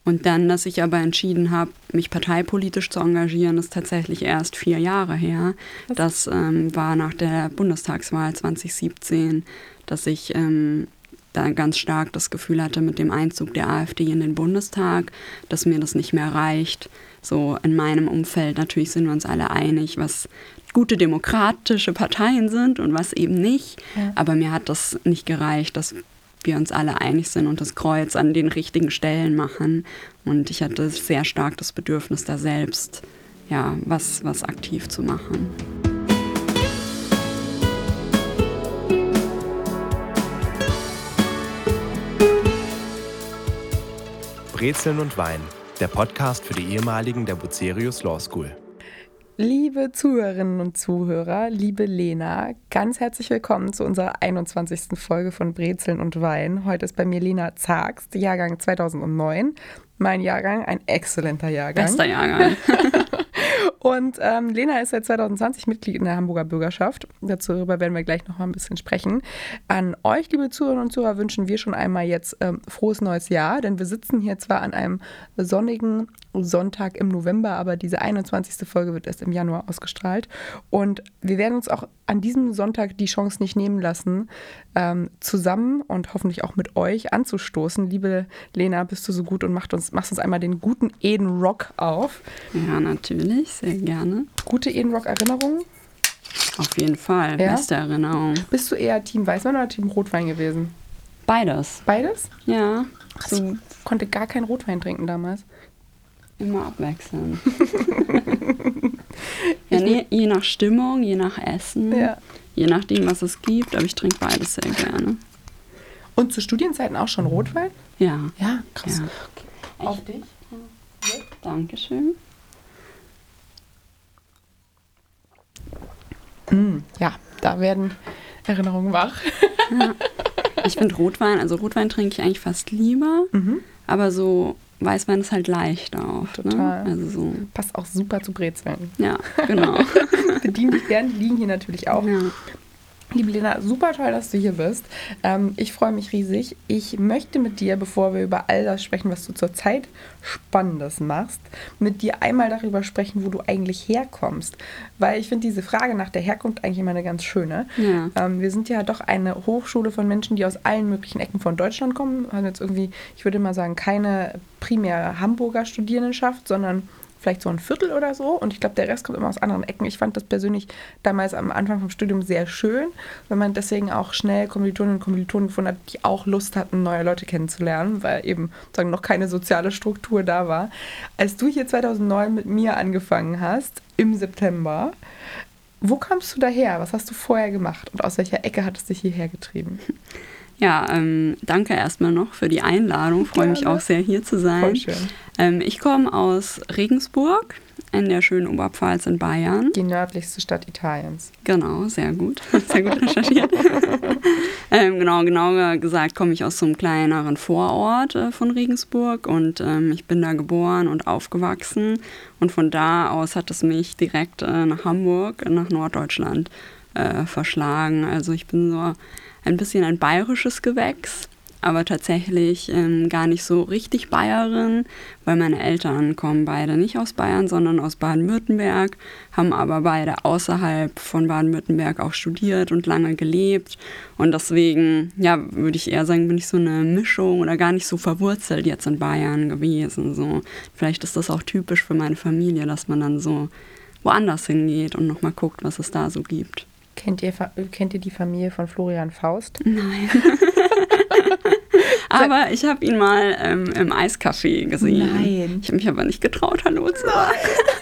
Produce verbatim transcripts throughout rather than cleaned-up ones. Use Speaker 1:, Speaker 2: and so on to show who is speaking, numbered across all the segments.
Speaker 1: Und dann, dass ich aber entschieden habe, mich parteipolitisch zu engagieren, ist tatsächlich erst vier Jahre her. Was? Das ähm, war nach der Bundestagswahl zwanzig siebzehn, dass ich ähm, da ganz stark das Gefühl hatte mit dem Einzug der AfD in den Bundestag, dass mir das nicht mehr reicht. So in meinem Umfeld, natürlich sind wir uns alle einig, was gute demokratische Parteien sind und was eben nicht. Ja. Aber mir hat das nicht gereicht, dass wir uns alle einig sind und das Kreuz an den richtigen Stellen machen. Und ich hatte sehr stark das Bedürfnis, da selbst ja, was, was aktiv zu machen.
Speaker 2: Brezeln und Wein, der Podcast für die ehemaligen der Bucerius Law School.
Speaker 3: Liebe Zuhörerinnen und Zuhörer, liebe Lena, ganz herzlich willkommen zu unserer einundzwanzigsten Folge von Brezeln und Wein. Heute ist bei mir Lena Zarkst, Jahrgang zweitausendneun. Mein Jahrgang, ein exzellenter Jahrgang.
Speaker 1: Bester Jahrgang.
Speaker 3: Und ähm, Lena ist seit zweitausendzwanzig Mitglied in der Hamburger Bürgerschaft. Darüber werden wir gleich noch mal ein bisschen sprechen. An euch, liebe Zuhörerinnen und Zuhörer, wünschen wir schon einmal jetzt ähm, frohes neues Jahr, denn wir sitzen hier zwar an einem sonnigen Sonntag im November, aber diese einundzwanzigste Folge wird erst im Januar ausgestrahlt. Und wir werden uns auch an diesem Sonntag die Chance nicht nehmen lassen, ähm, zusammen und hoffentlich auch mit euch anzustoßen. Liebe Lena, bist du so gut und machst uns, machst uns einmal den guten Eden Rock auf.
Speaker 1: Ja, natürlich, sehr gerne.
Speaker 3: Gute Eden Rock-Erinnerungen?
Speaker 1: Auf jeden Fall, ja? Beste Erinnerung.
Speaker 3: Bist du eher Team Weißwein oder Team Rotwein gewesen?
Speaker 1: Beides.
Speaker 3: Beides?
Speaker 1: Ja.
Speaker 3: Ach, so. Ich konnte gar keinen Rotwein trinken damals.
Speaker 1: Immer abwechseln. Ja, nee, je nach Stimmung, je nach Essen, ja. Je nachdem, was es gibt, aber ich trinke beides sehr gerne.
Speaker 3: Und zu Studienzeiten auch schon Rotwein?
Speaker 1: Ja.
Speaker 3: Ja, krass.
Speaker 1: Ja.
Speaker 3: Okay. Auf dich?
Speaker 1: Ja. Dankeschön.
Speaker 3: Mm, ja, da werden Erinnerungen wach.
Speaker 1: Ja. Ich finde Rotwein, also Rotwein trinke ich eigentlich fast lieber, mhm. aber so Weißwein ist halt leicht auch.
Speaker 3: Total.
Speaker 1: Ne? Also so.
Speaker 3: Passt auch super zu Brezeln.
Speaker 1: Ja, genau.
Speaker 3: Bedienen dich gern, die liegen hier natürlich auch.
Speaker 1: Ja.
Speaker 3: Liebe Lena, super toll, dass du hier bist. Ähm, ich freue mich riesig. Ich möchte mit dir, bevor wir über all das sprechen, was du zurzeit Spannendes machst, mit dir einmal darüber sprechen, wo du eigentlich herkommst. Weil ich finde diese Frage nach der Herkunft eigentlich immer eine ganz schöne.
Speaker 1: Ja.
Speaker 3: Ähm, wir sind ja doch eine Hochschule von Menschen, die aus allen möglichen Ecken von Deutschland kommen. Wir haben jetzt irgendwie, ich würde mal sagen, keine primär Hamburger Studierendenschaft, sondern vielleicht so ein Viertel oder so. Und ich glaube, der Rest kommt immer aus anderen Ecken. Ich fand das persönlich damals am Anfang vom Studium sehr schön, weil man deswegen auch schnell Kommilitoninnen und Kommilitonen gefunden hat, die auch Lust hatten, neue Leute kennenzulernen, weil eben sozusagen noch keine soziale Struktur da war. Als du hier zweitausendneun mit mir angefangen hast, im September, wo kamst du daher? Was hast du vorher gemacht? Und aus welcher Ecke hat es dich hierher getrieben?
Speaker 1: Ja, ähm, danke erstmal noch für die Einladung. Freue mich auch sehr, hier zu sein.
Speaker 3: Voll schön.
Speaker 1: Ähm, ich komme aus Regensburg in der schönen Oberpfalz in Bayern.
Speaker 3: Die nördlichste Stadt Italiens.
Speaker 1: Genau, sehr gut. Sehr gut recherchiert. ähm, genau, genauer gesagt komme ich aus so einem kleineren Vorort äh, von Regensburg und ähm, ich bin da geboren und aufgewachsen. Und von da aus hat es mich direkt äh, nach Hamburg, nach Norddeutschland äh, verschlagen. Also ich bin so ein bisschen ein bayerisches Gewächs, aber tatsächlich ähm, gar nicht so richtig Bayerin, weil meine Eltern kommen beide nicht aus Bayern, sondern aus Baden-Württemberg, haben aber beide außerhalb von Baden-Württemberg auch studiert und lange gelebt. Und deswegen, ja, würde ich eher sagen, bin ich so eine Mischung oder gar nicht so verwurzelt jetzt in Bayern gewesen. So. Vielleicht ist das auch typisch für meine Familie, dass man dann so woanders hingeht und nochmal guckt, was es da so gibt.
Speaker 3: Kennt ihr, kennt ihr die Familie von Florian Faust?
Speaker 1: Nein. Aber ich habe ihn mal ähm, im Eiscafé gesehen.
Speaker 3: Nein.
Speaker 1: Ich habe mich aber nicht getraut, Hallo zu sagen.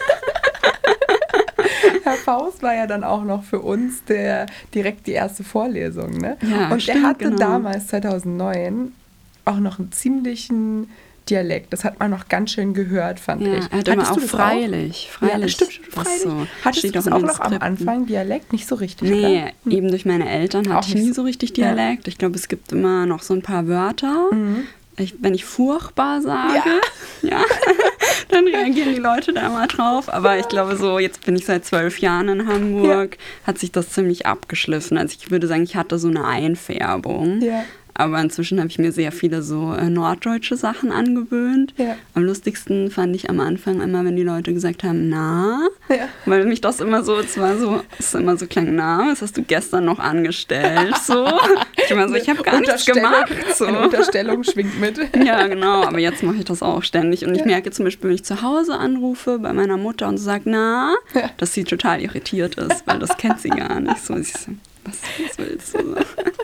Speaker 3: Herr Faust war ja dann auch noch für uns der, direkt die erste Vorlesung. Ne?
Speaker 1: Ja,
Speaker 3: und
Speaker 1: stimmt,
Speaker 3: er hatte
Speaker 1: genau.
Speaker 3: damals, zweitausendneun, auch noch einen ziemlichen Dialekt. Das hat man noch ganz schön gehört, fand
Speaker 1: ja,
Speaker 3: ich.
Speaker 1: Er hat immer auch freilich.
Speaker 3: Auch?
Speaker 1: freilich.
Speaker 3: Ja, stimmt, freilich.
Speaker 1: So.
Speaker 3: Hattest du das auch noch am Anfang, Dialekt? Nicht so richtig,
Speaker 1: Nee,
Speaker 3: oder? Hm.
Speaker 1: eben durch meine Eltern hatte ich nie so richtig Dialekt. Ja. Ich glaube, es gibt immer noch so ein paar Wörter. Mhm. Ich, wenn ich furchtbar sage, ja. ja, dann reagieren die Leute da mal drauf. Aber ich glaube so, jetzt bin ich seit zwölf Jahren in Hamburg, ja. hat sich das ziemlich abgeschliffen. Also ich würde sagen, ich hatte so eine Einfärbung.
Speaker 3: Ja.
Speaker 1: Aber inzwischen habe ich mir sehr viele so äh, norddeutsche Sachen angewöhnt.
Speaker 3: Ja.
Speaker 1: Und lustigsten fand ich am Anfang immer, wenn die Leute gesagt haben, na,
Speaker 3: Ja.
Speaker 1: weil mich das immer so, es war so, es immer so klang, na, was hast du gestern noch angestellt? So, ich immer so, ich habe gar nichts gemacht. So.
Speaker 3: Eine Unterstellung schwingt mit.
Speaker 1: Ja, genau, aber jetzt mache ich das auch ständig. Und ich
Speaker 3: Ja.
Speaker 1: merke zum Beispiel, wenn ich zu Hause anrufe bei meiner Mutter und sie sagt, na,
Speaker 3: Ja.
Speaker 1: dass sie total irritiert ist, weil das kennt sie gar nicht. So, sie so, was, was willst du?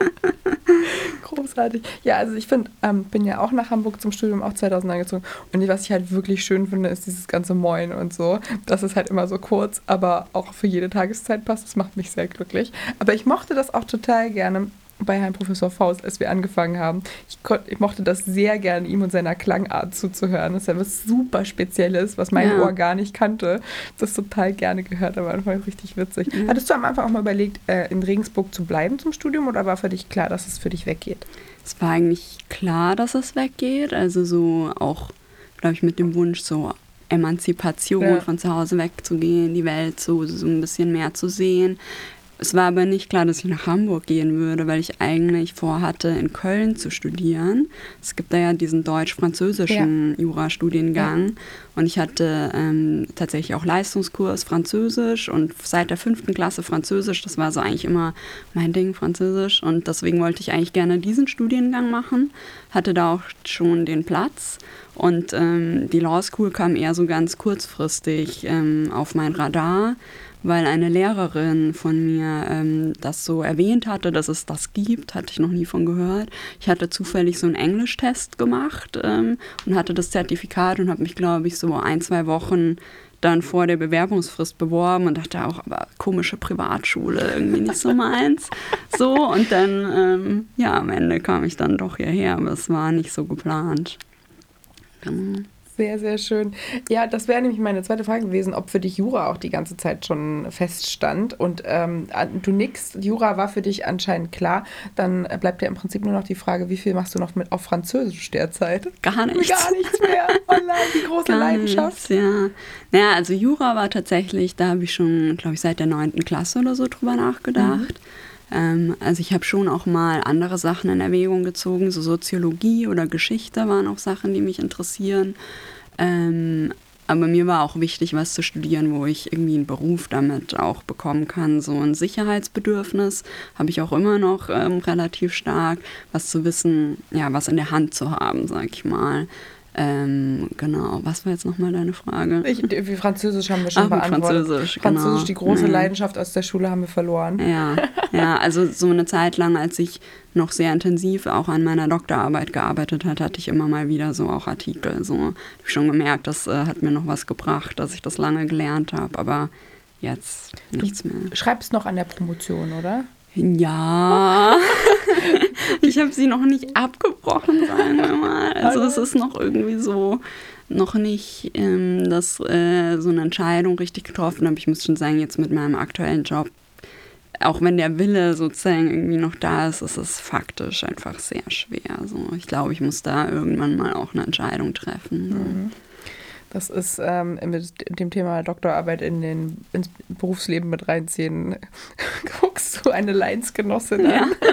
Speaker 3: Großartig. Ja, also ich finde, ähm, bin ja auch nach Hamburg zum Studium, auch zweitausend angezogen. Und was ich halt wirklich schön finde, ist dieses ganze Moin und so. Das ist halt immer so kurz, aber auch für jede Tageszeit passt. Das macht mich sehr glücklich. Aber ich mochte das auch total gerne bei Herrn Professor Faust, als wir angefangen haben. Ich, kon- ich mochte das sehr gerne, ihm und seiner Klangart zuzuhören. Das ist ja was super Spezielles, was mein
Speaker 1: Ja.
Speaker 3: Ohr gar nicht kannte. Das total gerne gehört, am Anfang richtig witzig.
Speaker 1: Mhm.
Speaker 3: Hattest du am Anfang auch mal überlegt, äh, in Regensburg zu bleiben zum Studium oder war für dich klar, dass es für dich weggeht?
Speaker 1: Es war eigentlich klar, dass es weggeht. Also so auch, glaube ich, mit dem Wunsch, so Emanzipation,
Speaker 3: Ja.
Speaker 1: von zu Hause wegzugehen, die Welt so, so ein bisschen mehr zu sehen. Es war aber nicht klar, dass ich nach Hamburg gehen würde, weil ich eigentlich vorhatte, in Köln zu studieren. Es gibt da ja diesen deutsch-französischen Jurastudiengang. Und ich hatte ähm, tatsächlich auch Leistungskurs Französisch und seit der fünften Klasse Französisch. Das war so eigentlich immer mein Ding, Französisch. Und deswegen wollte ich eigentlich gerne diesen Studiengang machen. Hatte da auch schon den Platz. Und ähm, die Law School kam eher so ganz kurzfristig ähm, auf mein Radar, weil eine Lehrerin von mir ähm, das so erwähnt hatte, dass es das gibt, hatte ich noch nie von gehört. Ich hatte zufällig so einen Englischtest gemacht ähm, und hatte das Zertifikat und habe mich, glaube ich, so ein, zwei Wochen dann vor der Bewerbungsfrist beworben und dachte auch, aber komische Privatschule, irgendwie nicht so meins. So, und dann, ähm, ja, am Ende kam ich dann doch hierher, aber es war nicht so geplant. Genau.
Speaker 3: Sehr, sehr schön. Ja, das wäre nämlich meine zweite Frage gewesen, ob für dich Jura auch die ganze Zeit schon feststand. Und ähm, du nickst, Jura war für dich anscheinend klar. Dann bleibt ja im Prinzip nur noch die Frage, wie viel machst du noch mit auf Französisch derzeit?
Speaker 1: Gar nichts.
Speaker 3: Gar nichts mehr. Oh nein, die große
Speaker 1: Gar
Speaker 3: Leidenschaft.
Speaker 1: nichts, ja. Naja, also Jura war tatsächlich, da habe ich schon, glaube ich, seit der neunten Klasse oder so drüber nachgedacht. Mhm. Ähm, also ich habe schon auch mal andere Sachen in Erwägung gezogen, so Soziologie oder Geschichte waren auch Sachen, die mich interessieren. Ähm, aber mir war auch wichtig, was zu studieren, wo ich irgendwie einen Beruf damit auch bekommen kann. So ein Sicherheitsbedürfnis habe ich auch immer noch ähm, relativ stark, was zu wissen, ja, was in der Hand zu haben, sag ich mal. Ähm, genau, was war jetzt nochmal deine Frage?
Speaker 3: Ich, wie Französisch haben wir schon
Speaker 1: Ach, mit
Speaker 3: beantwortet.
Speaker 1: Französisch,
Speaker 3: Französisch,
Speaker 1: genau.
Speaker 3: die große
Speaker 1: Nee.
Speaker 3: Leidenschaft aus der Schule haben wir verloren.
Speaker 1: Ja, ja, also so eine Zeit lang, als ich noch sehr intensiv auch an meiner Doktorarbeit gearbeitet hat, hatte ich immer mal wieder so auch Artikel. So habe ich schon gemerkt, das äh, hat mir noch was gebracht, dass ich das lange gelernt habe, aber jetzt nichts mehr.
Speaker 3: Du schreibst noch an der Promotion, oder?
Speaker 1: Ja, ich habe sie noch nicht abgebrochen, sagen wir mal. Also es ist noch irgendwie so, noch nicht ähm, dass, äh, so eine Entscheidung richtig getroffen, aber ich muss schon sagen, jetzt mit meinem aktuellen Job, auch wenn der Wille sozusagen irgendwie noch da ist, ist es faktisch einfach sehr schwer. So, ich glaube, ich muss da irgendwann mal auch eine Entscheidung treffen.
Speaker 3: Mhm. Das ist ähm, mit dem Thema Doktorarbeit in den, ins Berufsleben mit reinziehen. Guckst du eine Leinsgenossin
Speaker 1: Ja.
Speaker 3: an?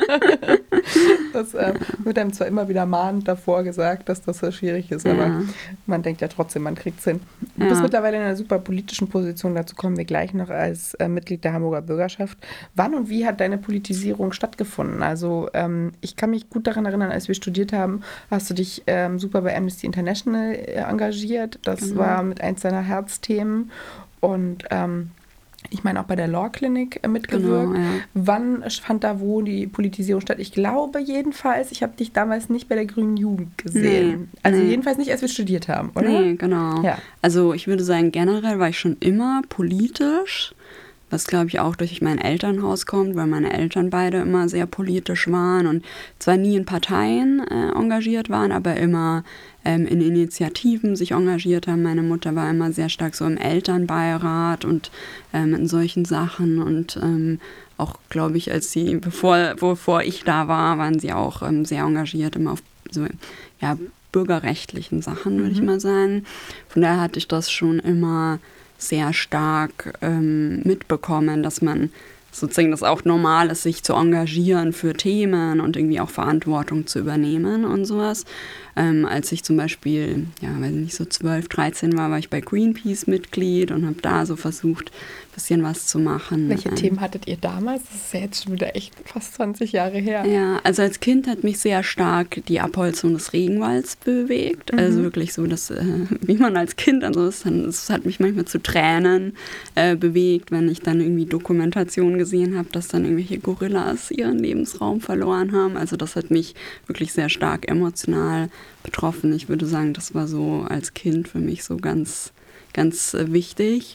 Speaker 3: Das ähm, wird einem zwar immer wieder mahnend davor gesagt, dass das so schwierig ist,
Speaker 1: Ja.
Speaker 3: aber man denkt ja trotzdem, man kriegt es hin. Du
Speaker 1: Ja.
Speaker 3: bist mittlerweile in einer super politischen Position, dazu kommen wir gleich noch als äh, Mitglied der Hamburger Bürgerschaft. Wann und wie hat deine Politisierung stattgefunden? Also ähm, ich kann mich gut daran erinnern, als wir studiert haben, hast du dich ähm, super bei Amnesty International äh, engagiert. Das
Speaker 1: Genau.
Speaker 3: war mit eins deiner Herzthemen und ähm, ich meine auch bei der Law Clinic äh, mitgewirkt.
Speaker 1: Genau, ja.
Speaker 3: Wann fand da wo die Politisierung statt? Ich glaube jedenfalls, ich habe dich damals nicht bei der Grünen Jugend gesehen.
Speaker 1: Nee,
Speaker 3: also
Speaker 1: nee.
Speaker 3: jedenfalls nicht, als wir studiert haben, oder?
Speaker 1: Nee, genau.
Speaker 3: Ja.
Speaker 1: Also ich würde sagen, generell war ich schon immer politisch, was glaube ich auch durch mein Elternhaus kommt, weil meine Eltern beide immer sehr politisch waren und zwar nie in Parteien äh, engagiert waren, aber immer ähm, in Initiativen sich engagiert haben. Meine Mutter war immer sehr stark so im Elternbeirat und ähm, in solchen Sachen und ähm, auch, glaube ich, als sie, bevor, bevor ich da war, waren sie auch ähm, sehr engagiert, immer auf so, ja, bürgerrechtlichen Sachen, würde ich mal sagen. Von daher hatte ich das schon immer sehr stark ähm, mitbekommen, dass man sozusagen das auch normal ist, sich zu engagieren für Themen und irgendwie auch Verantwortung zu übernehmen und sowas. Ähm, als ich zum Beispiel, ja, weiß nicht, so zwölf, dreizehn war, war ich bei Greenpeace Mitglied und habe da so versucht, ein bisschen was zu machen.
Speaker 3: Welche
Speaker 1: ähm,
Speaker 3: Themen hattet ihr damals? Das ist ja jetzt schon wieder echt fast zwanzig Jahre her.
Speaker 1: Ja, also als Kind hat mich sehr stark die Abholzung des Regenwalds bewegt. Mhm. Also wirklich so, dass, äh, wie man als Kind, also es, es hat mich manchmal zu Tränen äh, bewegt, wenn ich dann irgendwie Dokumentationen gesehen habe, dass dann irgendwelche Gorillas ihren Lebensraum verloren haben. Also das hat mich wirklich sehr stark emotional betroffen. Ich würde sagen, das war so als Kind für mich so ganz, ganz äh, wichtig.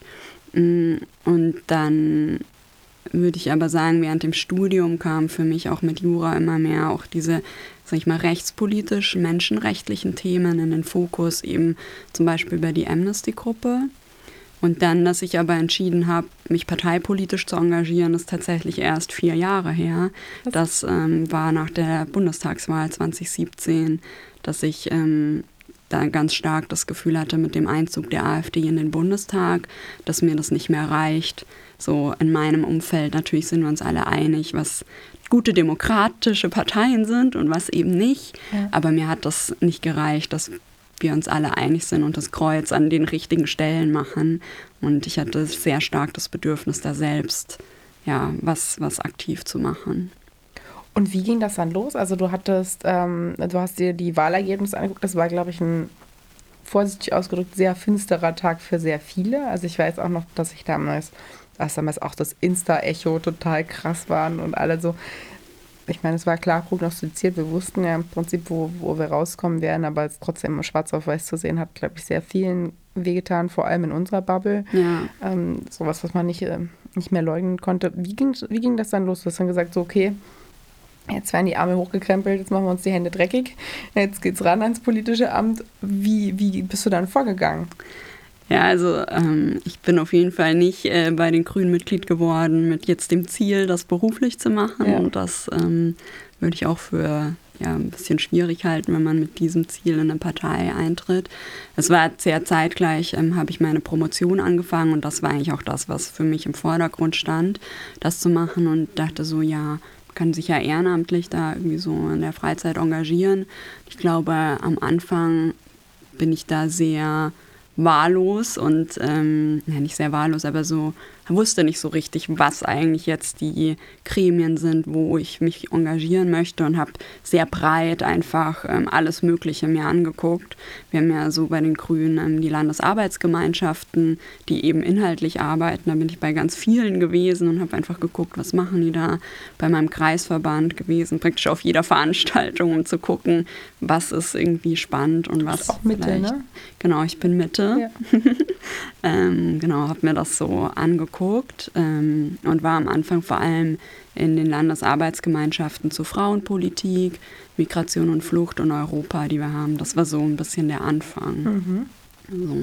Speaker 1: Und dann würde ich aber sagen, während dem Studium kam für mich auch mit Jura immer mehr auch diese, sag ich mal, rechtspolitisch, menschenrechtlichen Themen in den Fokus, eben zum Beispiel bei die Amnesty-Gruppe. Und dann, dass ich aber entschieden habe, mich parteipolitisch zu engagieren, ist tatsächlich erst vier Jahre her. Das ähm, war nach der Bundestagswahl zwanzig siebzehn, dass ich ähm, da ganz stark das Gefühl hatte mit dem Einzug der AfD in den Bundestag, dass mir das nicht mehr reicht. So in meinem Umfeld, natürlich sind wir uns alle einig, was gute demokratische Parteien sind und was eben nicht. Ja. Aber mir hat das nicht gereicht, dass wir uns alle einig sind und das Kreuz an den richtigen Stellen machen. Und ich hatte sehr stark das Bedürfnis, da selbst ja, was, was aktiv zu machen.
Speaker 3: Und wie ging das dann los? Also du hattest, ähm, du hast dir die Wahlergebnisse angeguckt. Das war, glaube ich, ein vorsichtig ausgedrückt sehr finsterer Tag für sehr viele. Also ich weiß auch noch, dass ich damals, dass damals auch das Insta-Echo total krass waren und alle so. Ich meine, es war klar prognostiziert. Wir wussten ja im Prinzip, wo, wo wir rauskommen werden, aber es trotzdem schwarz auf weiß zu sehen, hat, glaube ich, sehr vielen wehgetan, vor allem in unserer Bubble. Ja. Ähm, sowas, was man nicht, äh, nicht mehr leugnen konnte. Wie ging, wie ging das dann los? Du hast dann gesagt, so okay, jetzt werden die Arme hochgekrempelt, jetzt machen wir uns die Hände dreckig, jetzt geht's ran ans politische Amt. Wie, wie bist du dann vorgegangen?
Speaker 1: Ja, also ähm, ich bin auf jeden Fall nicht äh, bei den Grünen Mitglied geworden mit jetzt dem Ziel, das beruflich zu machen. Ja. Und das ähm, würde ich auch für ja, ein bisschen schwierig halten, wenn man mit diesem Ziel in eine Partei eintritt. Es war sehr zeitgleich, ähm, habe ich meine Promotion angefangen und das war eigentlich auch das, was für mich im Vordergrund stand, das zu machen und dachte so, ja, kann sich ja ehrenamtlich da irgendwie so in der Freizeit engagieren. Ich glaube, am Anfang bin ich da sehr wahllos und, ähm, ja, nicht sehr wahllos, aber so, wusste nicht so richtig, was eigentlich jetzt die Gremien sind, wo ich mich engagieren möchte und habe sehr breit einfach ähm, alles Mögliche mir angeguckt. Wir haben ja so bei den Grünen ähm, die Landesarbeitsgemeinschaften, die eben inhaltlich arbeiten. Da bin ich bei ganz vielen gewesen und habe einfach geguckt, was machen die da. Bei meinem Kreisverband gewesen, praktisch auf jeder Veranstaltung, um zu gucken, was ist irgendwie spannend und was
Speaker 3: auch Mitte,
Speaker 1: vielleicht.
Speaker 3: Ne?
Speaker 1: Genau, ich bin Mitte. Ja. ähm, genau, habe mir das so angeguckt. Guckt, ähm, und war am Anfang vor allem in den Landesarbeitsgemeinschaften zur Frauenpolitik, Migration und Flucht und Europa, die wir haben. Das war so ein bisschen der Anfang.
Speaker 3: Mhm.
Speaker 1: Also.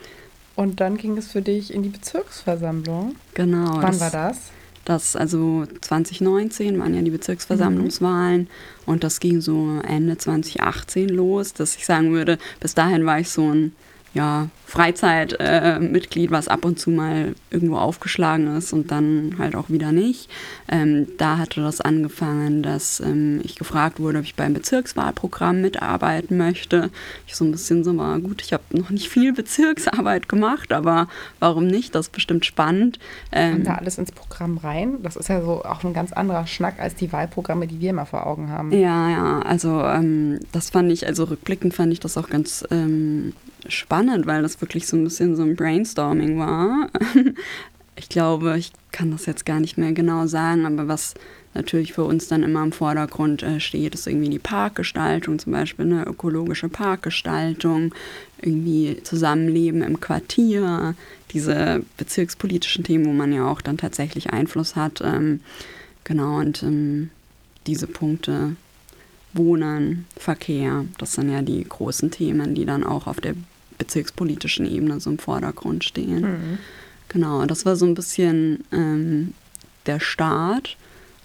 Speaker 3: Und dann ging es für dich in die Bezirksversammlung.
Speaker 1: Genau.
Speaker 3: Wann das, war das?
Speaker 1: Das, also zwanzig neunzehn waren ja die Bezirksversammlungswahlen mhm. und das ging so Ende zwanzig achtzehn los, dass ich sagen würde, bis dahin war ich so ein ja, Freizeitmitglied, äh, was ab und zu mal irgendwo aufgeschlagen ist und dann halt auch wieder nicht. Ähm, da hatte das angefangen, dass ähm, ich gefragt wurde, ob ich beim Bezirkswahlprogramm mitarbeiten möchte. Ich so ein bisschen so war, gut, ich habe noch nicht viel Bezirksarbeit gemacht, aber warum nicht? Das ist bestimmt spannend.
Speaker 3: Ähm, Kommt da alles ins Programm rein? Das ist ja so auch ein ganz anderer Schnack als die Wahlprogramme, die wir immer vor Augen haben.
Speaker 1: Ja, ja, also ähm, das fand ich, also rückblickend fand ich das auch ganz ähm, spannend, weil das wirklich so ein bisschen so ein Brainstorming war. Ich glaube, ich kann das jetzt gar nicht mehr genau sagen, aber was natürlich für uns dann immer im Vordergrund äh, steht, ist irgendwie die Parkgestaltung, zum Beispiel eine ökologische Parkgestaltung, irgendwie Zusammenleben im Quartier, diese bezirkspolitischen Themen, wo man ja auch dann tatsächlich Einfluss hat. Ähm, genau, und ähm, diese Punkte Wohnen, Verkehr, das sind ja die großen Themen, die dann auch auf der bezirkspolitischen Ebene so im Vordergrund stehen. Mhm. Genau, das war so ein bisschen ähm, der Start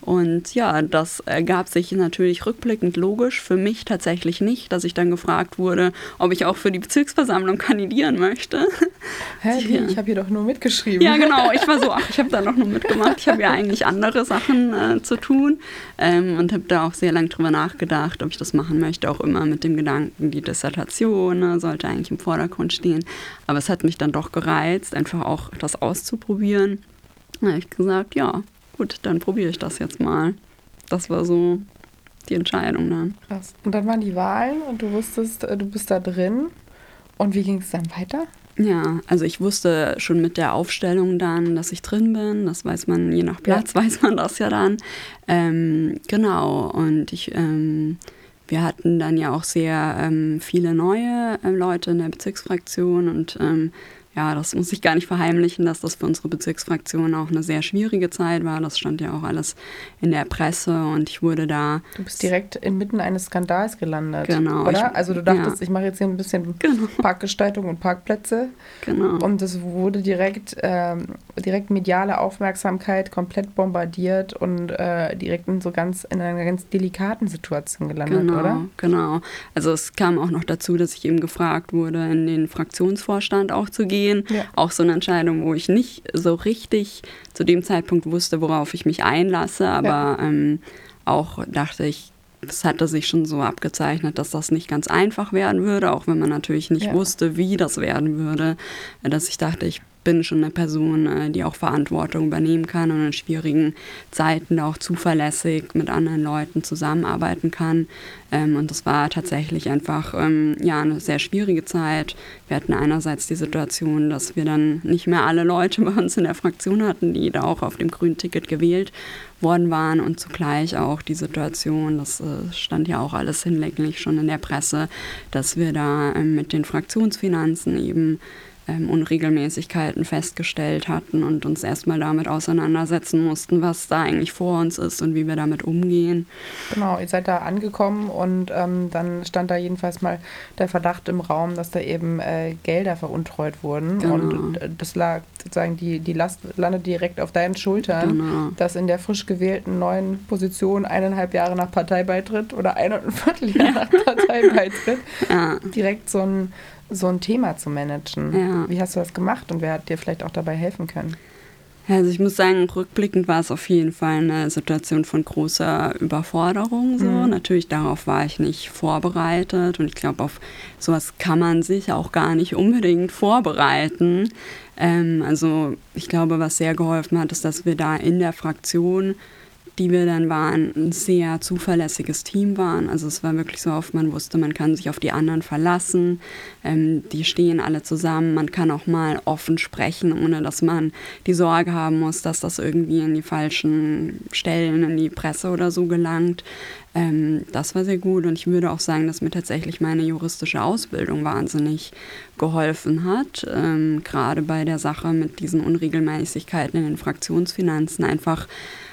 Speaker 1: Und ja, das ergab sich natürlich rückblickend logisch, für mich tatsächlich nicht, dass ich dann gefragt wurde, ob ich auch für die Bezirksversammlung kandidieren möchte.
Speaker 3: Hä,
Speaker 1: Ja.
Speaker 3: ich habe hier doch nur mitgeschrieben.
Speaker 1: Ja, genau. Ich war so, ach, ich habe da noch nur mitgemacht. Ich habe ja eigentlich andere Sachen äh, zu tun ähm, und habe da auch sehr lange drüber nachgedacht, ob ich das machen möchte. Auch immer mit dem Gedanken, die Dissertation ne, sollte eigentlich im Vordergrund stehen. Aber es hat mich dann doch gereizt, einfach auch das auszuprobieren. Da habe ich gesagt, ja, gut, dann probiere ich das jetzt mal. Das war so die Entscheidung dann.
Speaker 3: Krass. Und dann waren die Wahlen und du wusstest, du bist da drin. Und wie ging es dann weiter?
Speaker 1: Ja, also ich wusste schon mit der Aufstellung dann, dass ich drin bin. Das weiß man, je nach Platz ja. weiß man das ja dann. Ähm, genau, und ich, ähm, wir hatten dann ja auch sehr ähm, viele neue äh, Leute in der Bezirksfraktion und ähm, ja, das muss ich gar nicht verheimlichen, dass das für unsere Bezirksfraktion auch eine sehr schwierige Zeit war. Das stand ja auch alles in der Presse und ich wurde da...
Speaker 3: Du bist direkt inmitten eines Skandals gelandet,
Speaker 1: genau,
Speaker 3: oder?
Speaker 1: Ich,
Speaker 3: also du dachtest,
Speaker 1: ja.
Speaker 3: ich mache jetzt hier ein bisschen
Speaker 1: genau.
Speaker 3: Parkgestaltung und Parkplätze.
Speaker 1: Genau.
Speaker 3: Und es wurde direkt, ähm, direkt mediale Aufmerksamkeit komplett bombardiert und äh, direkt in so ganz in einer ganz delikaten Situation gelandet,
Speaker 1: genau,
Speaker 3: oder?
Speaker 1: Genau. Also es kam auch noch dazu, dass ich eben gefragt wurde, in den Fraktionsvorstand auch zu gehen. Ja. Auch so eine Entscheidung, wo ich nicht so richtig zu dem Zeitpunkt wusste, worauf ich mich einlasse, aber ja. ähm, auch dachte ich, es hatte sich schon so abgezeichnet, dass das nicht ganz einfach werden würde, auch wenn man natürlich nicht ja. wusste, wie das werden würde, dass ich dachte, ich bin schon eine Person, die auch Verantwortung übernehmen kann und in schwierigen Zeiten auch zuverlässig mit anderen Leuten zusammenarbeiten kann. Und das war tatsächlich einfach ja, eine sehr schwierige Zeit. Wir hatten einerseits die Situation, dass wir dann nicht mehr alle Leute bei uns in der Fraktion hatten, die da auch auf dem grünen Ticket gewählt worden waren und zugleich auch die Situation, das stand ja auch alles hinlänglich schon in der Presse, dass wir da mit den Fraktionsfinanzen eben Ähm, Unregelmäßigkeiten festgestellt hatten und uns erstmal damit auseinandersetzen mussten, was da eigentlich vor uns ist und wie wir damit umgehen.
Speaker 3: Genau, ihr seid da angekommen und ähm, dann stand da jedenfalls mal der Verdacht im Raum, dass da eben äh, Gelder veruntreut wurden. Genau. Und äh, das lag sozusagen, die, die Last landet direkt auf deinen Schultern, genau. dass in der frisch gewählten neuen Position eineinhalb Jahre nach Parteibeitritt oder ein und ein Vierteljahr nach Parteibeitritt ja. direkt so ein so ein Thema zu managen. Ja. Wie hast du das gemacht und wer hat dir vielleicht auch dabei helfen können?
Speaker 1: Ja, also ich muss sagen, rückblickend war es auf jeden Fall eine Situation von großer Überforderung. So. Mhm. Natürlich, darauf war ich nicht vorbereitet und ich glaube, auf sowas kann man sich auch gar nicht unbedingt vorbereiten. Ähm, also ich glaube, was sehr geholfen hat, ist, dass wir da in der Fraktion, die wir dann waren, ein sehr zuverlässiges Team waren. Also es war wirklich so oft, man wusste, man kann sich auf die anderen verlassen. Ähm, die stehen alle zusammen. Man kann auch mal offen sprechen, ohne dass man die Sorge haben muss, dass das irgendwie in die falschen Stellen, in die Presse oder so gelangt. Ähm, das war sehr gut und ich würde auch sagen, dass mir tatsächlich meine juristische Ausbildung wahnsinnig geholfen hat. Ähm, gerade bei der Sache mit diesen Unregelmäßigkeiten in den Fraktionsfinanzen einfach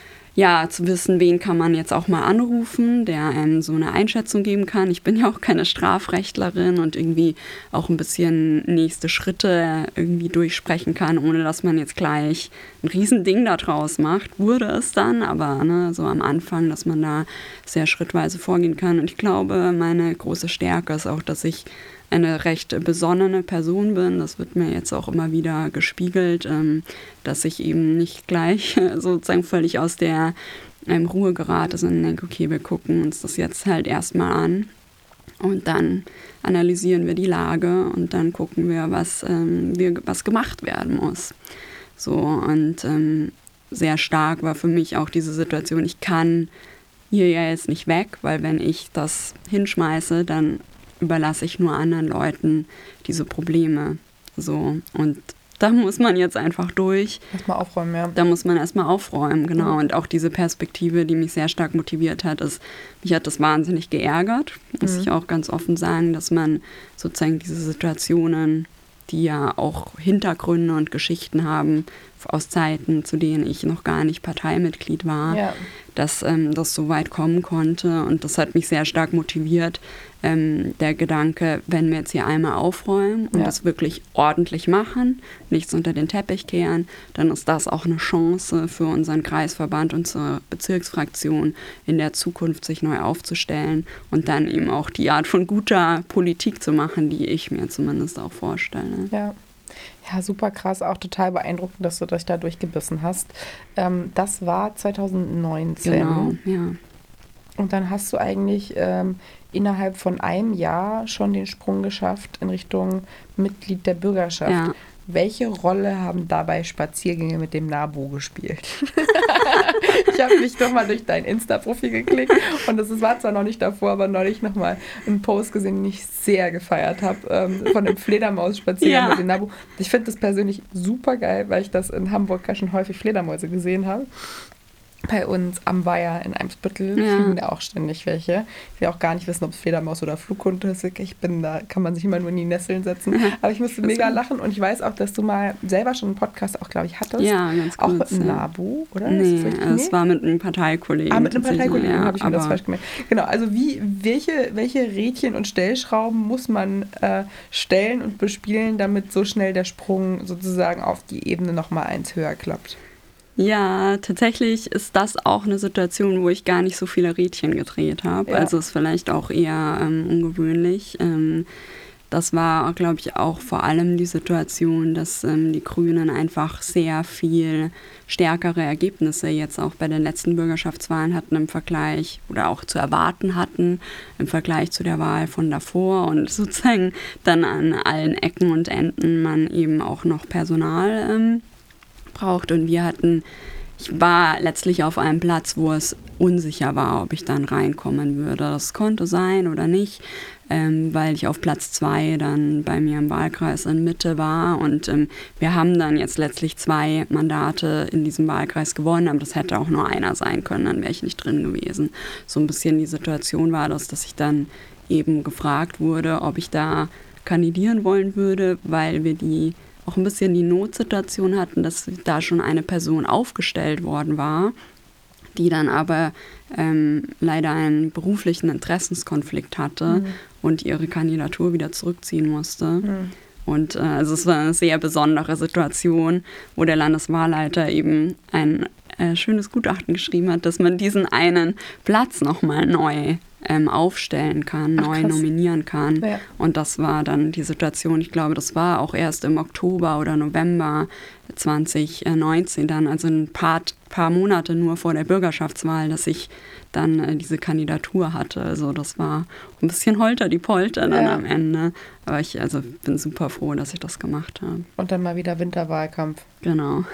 Speaker 1: ja, zu wissen, wen kann man jetzt auch mal anrufen, der einem so eine Einschätzung geben kann. Ich bin ja auch keine Strafrechtlerin und irgendwie auch ein bisschen nächste Schritte irgendwie durchsprechen kann, ohne dass man jetzt gleich ein Riesending daraus macht. Wurde es dann, aber ne, so am Anfang, dass man da sehr schrittweise vorgehen kann. Und ich glaube, meine große Stärke ist auch, dass ich eine recht besonnene Person bin. Das wird mir jetzt auch immer wieder gespiegelt, ähm, dass ich eben nicht gleich äh, sozusagen völlig aus der ähm, Ruhe gerate, sondern denke, okay, wir gucken uns das jetzt halt erstmal an und dann analysieren wir die Lage und dann gucken wir, was, ähm, wir, was gemacht werden muss. So, und ähm, sehr stark war für mich auch diese Situation, ich kann hier ja jetzt nicht weg, weil wenn ich das hinschmeiße, dann überlasse ich nur anderen Leuten diese Probleme. So. Und da muss man jetzt einfach durch.
Speaker 3: Erstmal aufräumen, ja.
Speaker 1: Da muss man erstmal aufräumen, genau. Mhm. Und auch diese Perspektive, die mich sehr stark motiviert hat, ist, mich hat das wahnsinnig geärgert, muss mhm. ich auch ganz offen sagen, dass man sozusagen diese Situationen, die ja auch Hintergründe und Geschichten haben, aus Zeiten, zu denen ich noch gar nicht Parteimitglied war,
Speaker 3: Ja.
Speaker 1: dass ähm, das so weit kommen konnte. Und das hat mich sehr stark motiviert, ähm, der Gedanke, wenn wir jetzt hier einmal aufräumen und
Speaker 3: Ja.
Speaker 1: das wirklich ordentlich machen, nichts unter den Teppich kehren, dann ist das auch eine Chance für unseren Kreisverband, unsere Bezirksfraktion in der Zukunft sich neu aufzustellen und dann eben auch die Art von guter Politik zu machen, die ich mir zumindest auch vorstelle.
Speaker 3: Ja. Ja, super krass, auch total beeindruckend, dass du dich da durchgebissen hast. Ähm, das war zwanzig neunzehn.
Speaker 1: Genau, ja.
Speaker 3: Und dann hast du eigentlich ähm, innerhalb von einem Jahr schon den Sprung geschafft in Richtung Mitglied der Bürgerschaft.
Speaker 1: Ja.
Speaker 3: Welche Rolle haben dabei Spaziergänge mit dem Nabo gespielt? Ich habe mich doch mal durch dein Insta-Profil geklickt und das war zwar noch nicht davor, aber neulich nochmal einen Post gesehen, den ich sehr gefeiert habe, ähm, von dem Fledermaus-Spaziergang
Speaker 1: Ja.
Speaker 3: mit dem Nabo. Ich finde das persönlich super geil, weil ich das in Hamburg gar schon häufig Fledermäuse gesehen habe. Bei uns am Weiher in Eimsbüttel
Speaker 1: Ja.
Speaker 3: fliegen da auch ständig welche. Ich will auch gar nicht wissen, ob es Fledermaus oder Flughund ist. Ich bin da, kann man sich immer nur in die Nesseln setzen. Aber ich musste mega lachen und ich weiß auch, dass du mal selber schon einen Podcast auch, glaube ich, hattest.
Speaker 1: Ja, ganz
Speaker 3: Auch
Speaker 1: kurz,
Speaker 3: mit einem
Speaker 1: ja.
Speaker 3: Nabu, oder?
Speaker 1: Nee,
Speaker 3: Ist das richtig?
Speaker 1: es war mit einem Parteikollegen.
Speaker 3: Ah, mit einem
Speaker 1: tatsächlich,
Speaker 3: Parteikollegen
Speaker 1: ja,
Speaker 3: habe ich mir das
Speaker 1: aber-
Speaker 3: falsch gemerkt. Genau, also wie, welche, welche Rädchen und Stellschrauben muss man äh, stellen und bespielen, damit so schnell der Sprung sozusagen auf die Ebene nochmal eins höher klappt?
Speaker 1: Ja, tatsächlich ist das auch eine Situation, wo ich gar nicht so viele Rädchen gedreht habe.
Speaker 3: Ja.
Speaker 1: Also ist vielleicht auch eher ähm, ungewöhnlich. Ähm, das war, glaube ich, auch vor allem die Situation, dass ähm, die Grünen einfach sehr viel stärkere Ergebnisse jetzt auch bei den letzten Bürgerschaftswahlen hatten im Vergleich oder auch zu erwarten hatten im Vergleich zu der Wahl von davor und sozusagen dann an allen Ecken und Enden man eben auch noch Personal ähm, braucht. Und wir hatten, ich war letztlich auf einem Platz, wo es unsicher war, ob ich dann reinkommen würde. Das konnte sein oder nicht, ähm, weil ich auf Platz zwei dann bei mir im Wahlkreis in Mitte war. Und ähm, wir haben dann jetzt letztlich zwei Mandate in diesem Wahlkreis gewonnen, aber das hätte auch nur einer sein können, dann wäre ich nicht drin gewesen. So ein bisschen die Situation war das, dass ich dann eben gefragt wurde, ob ich da kandidieren wollen würde, weil wir die auch ein bisschen die Notsituation hatten, dass da schon eine Person aufgestellt worden war, die dann aber ähm, leider einen beruflichen Interessenskonflikt hatte
Speaker 3: Mhm.
Speaker 1: und ihre Kandidatur wieder zurückziehen musste.
Speaker 3: Mhm.
Speaker 1: Und äh, also es war eine sehr besondere Situation, wo der Landeswahlleiter eben ein äh, schönes Gutachten geschrieben hat, dass man diesen einen Platz nochmal neu ähm, aufstellen kann,
Speaker 3: Ach,
Speaker 1: neu
Speaker 3: krass.
Speaker 1: nominieren kann.
Speaker 3: Ja.
Speaker 1: Und das war dann die Situation, ich glaube, das war auch erst im Oktober oder November zwanzig neunzehn dann, also ein paar, paar Monate nur vor der Bürgerschaftswahl, dass ich dann äh, diese Kandidatur hatte. Also das war ein bisschen holter die Polter dann
Speaker 3: Ja.
Speaker 1: am Ende. Aber ich also bin super froh, dass ich das gemacht habe.
Speaker 3: Und dann mal wieder Winterwahlkampf.
Speaker 1: Genau.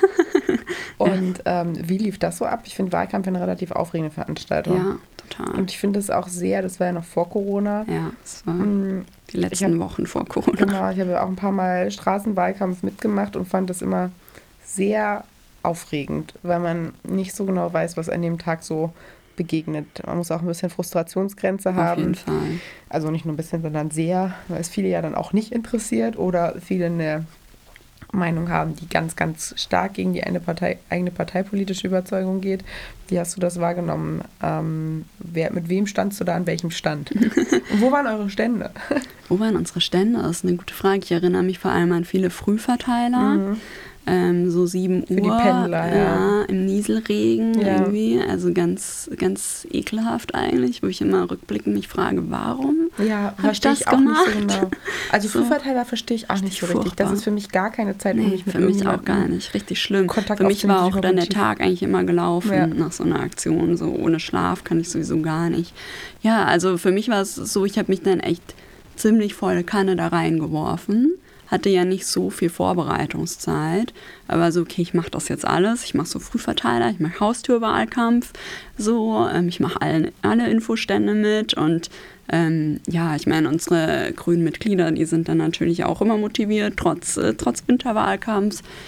Speaker 3: Und ähm, wie lief das so ab? Ich finde Wahlkampf eine relativ aufregende Veranstaltung.
Speaker 1: Ja, total.
Speaker 3: Und ich finde es auch sehr, das war ja noch vor Corona.
Speaker 1: Ja, es war
Speaker 3: Mm,
Speaker 1: die letzten
Speaker 3: hab-
Speaker 1: Wochen vor Corona.
Speaker 3: Genau, ich habe ja auch ein paar Mal Straßenwahlkampf mitgemacht und fand das immer sehr aufregend, weil man nicht so genau weiß, was an dem Tag so begegnet. Man muss auch ein bisschen Frustrationsgrenze
Speaker 1: Auf
Speaker 3: haben.
Speaker 1: jeden Fall.
Speaker 3: Also nicht nur ein bisschen, sondern sehr, weil es viele ja dann auch nicht interessiert oder viele eine Meinung haben, die ganz, ganz stark gegen die eine Partei, eigene parteipolitische Überzeugung geht. Wie hast du das wahrgenommen? Ähm, wer, mit wem standst du da an welchem Stand? Und wo waren eure Stände?
Speaker 1: Wo waren unsere Stände? Das ist eine gute Frage. Ich erinnere mich vor allem an viele Frühverteiler.
Speaker 3: Mhm.
Speaker 1: Ähm, so sieben
Speaker 3: Für
Speaker 1: Uhr.
Speaker 3: die Pendler, ja.
Speaker 1: Im Nieselregen
Speaker 3: Ja.
Speaker 1: irgendwie. Also ganz, ganz ekelhaft eigentlich, wo ich immer rückblickend mich frage, warum?
Speaker 3: Ja,
Speaker 1: Hab
Speaker 3: verstehe
Speaker 1: ich
Speaker 3: ich
Speaker 1: das
Speaker 3: auch nicht so
Speaker 1: gemacht?
Speaker 3: genau. Also
Speaker 1: So.
Speaker 3: Frühverteiler verstehe ich auch nicht so
Speaker 1: Richtig
Speaker 3: richtig. Das
Speaker 1: furchtbar.
Speaker 3: ist für mich gar keine Zeit, um
Speaker 1: Nee,
Speaker 3: mich mit
Speaker 1: für mich auch
Speaker 3: irgendjemandem-
Speaker 1: gar nicht. Richtig schlimm.
Speaker 3: Kontakt
Speaker 1: für mich
Speaker 3: aufzunehmen,
Speaker 1: war
Speaker 3: sich
Speaker 1: auch dann der
Speaker 3: orientieren.
Speaker 1: Tag eigentlich immer gelaufen
Speaker 3: Ja.
Speaker 1: nach so einer Aktion. So ohne Schlaf kann ich sowieso gar nicht. Ja, also für mich war es so, ich habe mich dann echt ziemlich volle Kanne da reingeworfen. Hatte ja nicht so viel Vorbereitungszeit, aber so, okay, ich mache das jetzt alles. Ich mache so Frühverteiler, ich mache Haustürwahlkampf, so, ähm, ich mache alle, alle Infostände mit und ähm, ja, ich meine, unsere grünen Mitglieder, die sind dann natürlich auch immer motiviert, trotz, äh, trotz Winterwahlkampfs.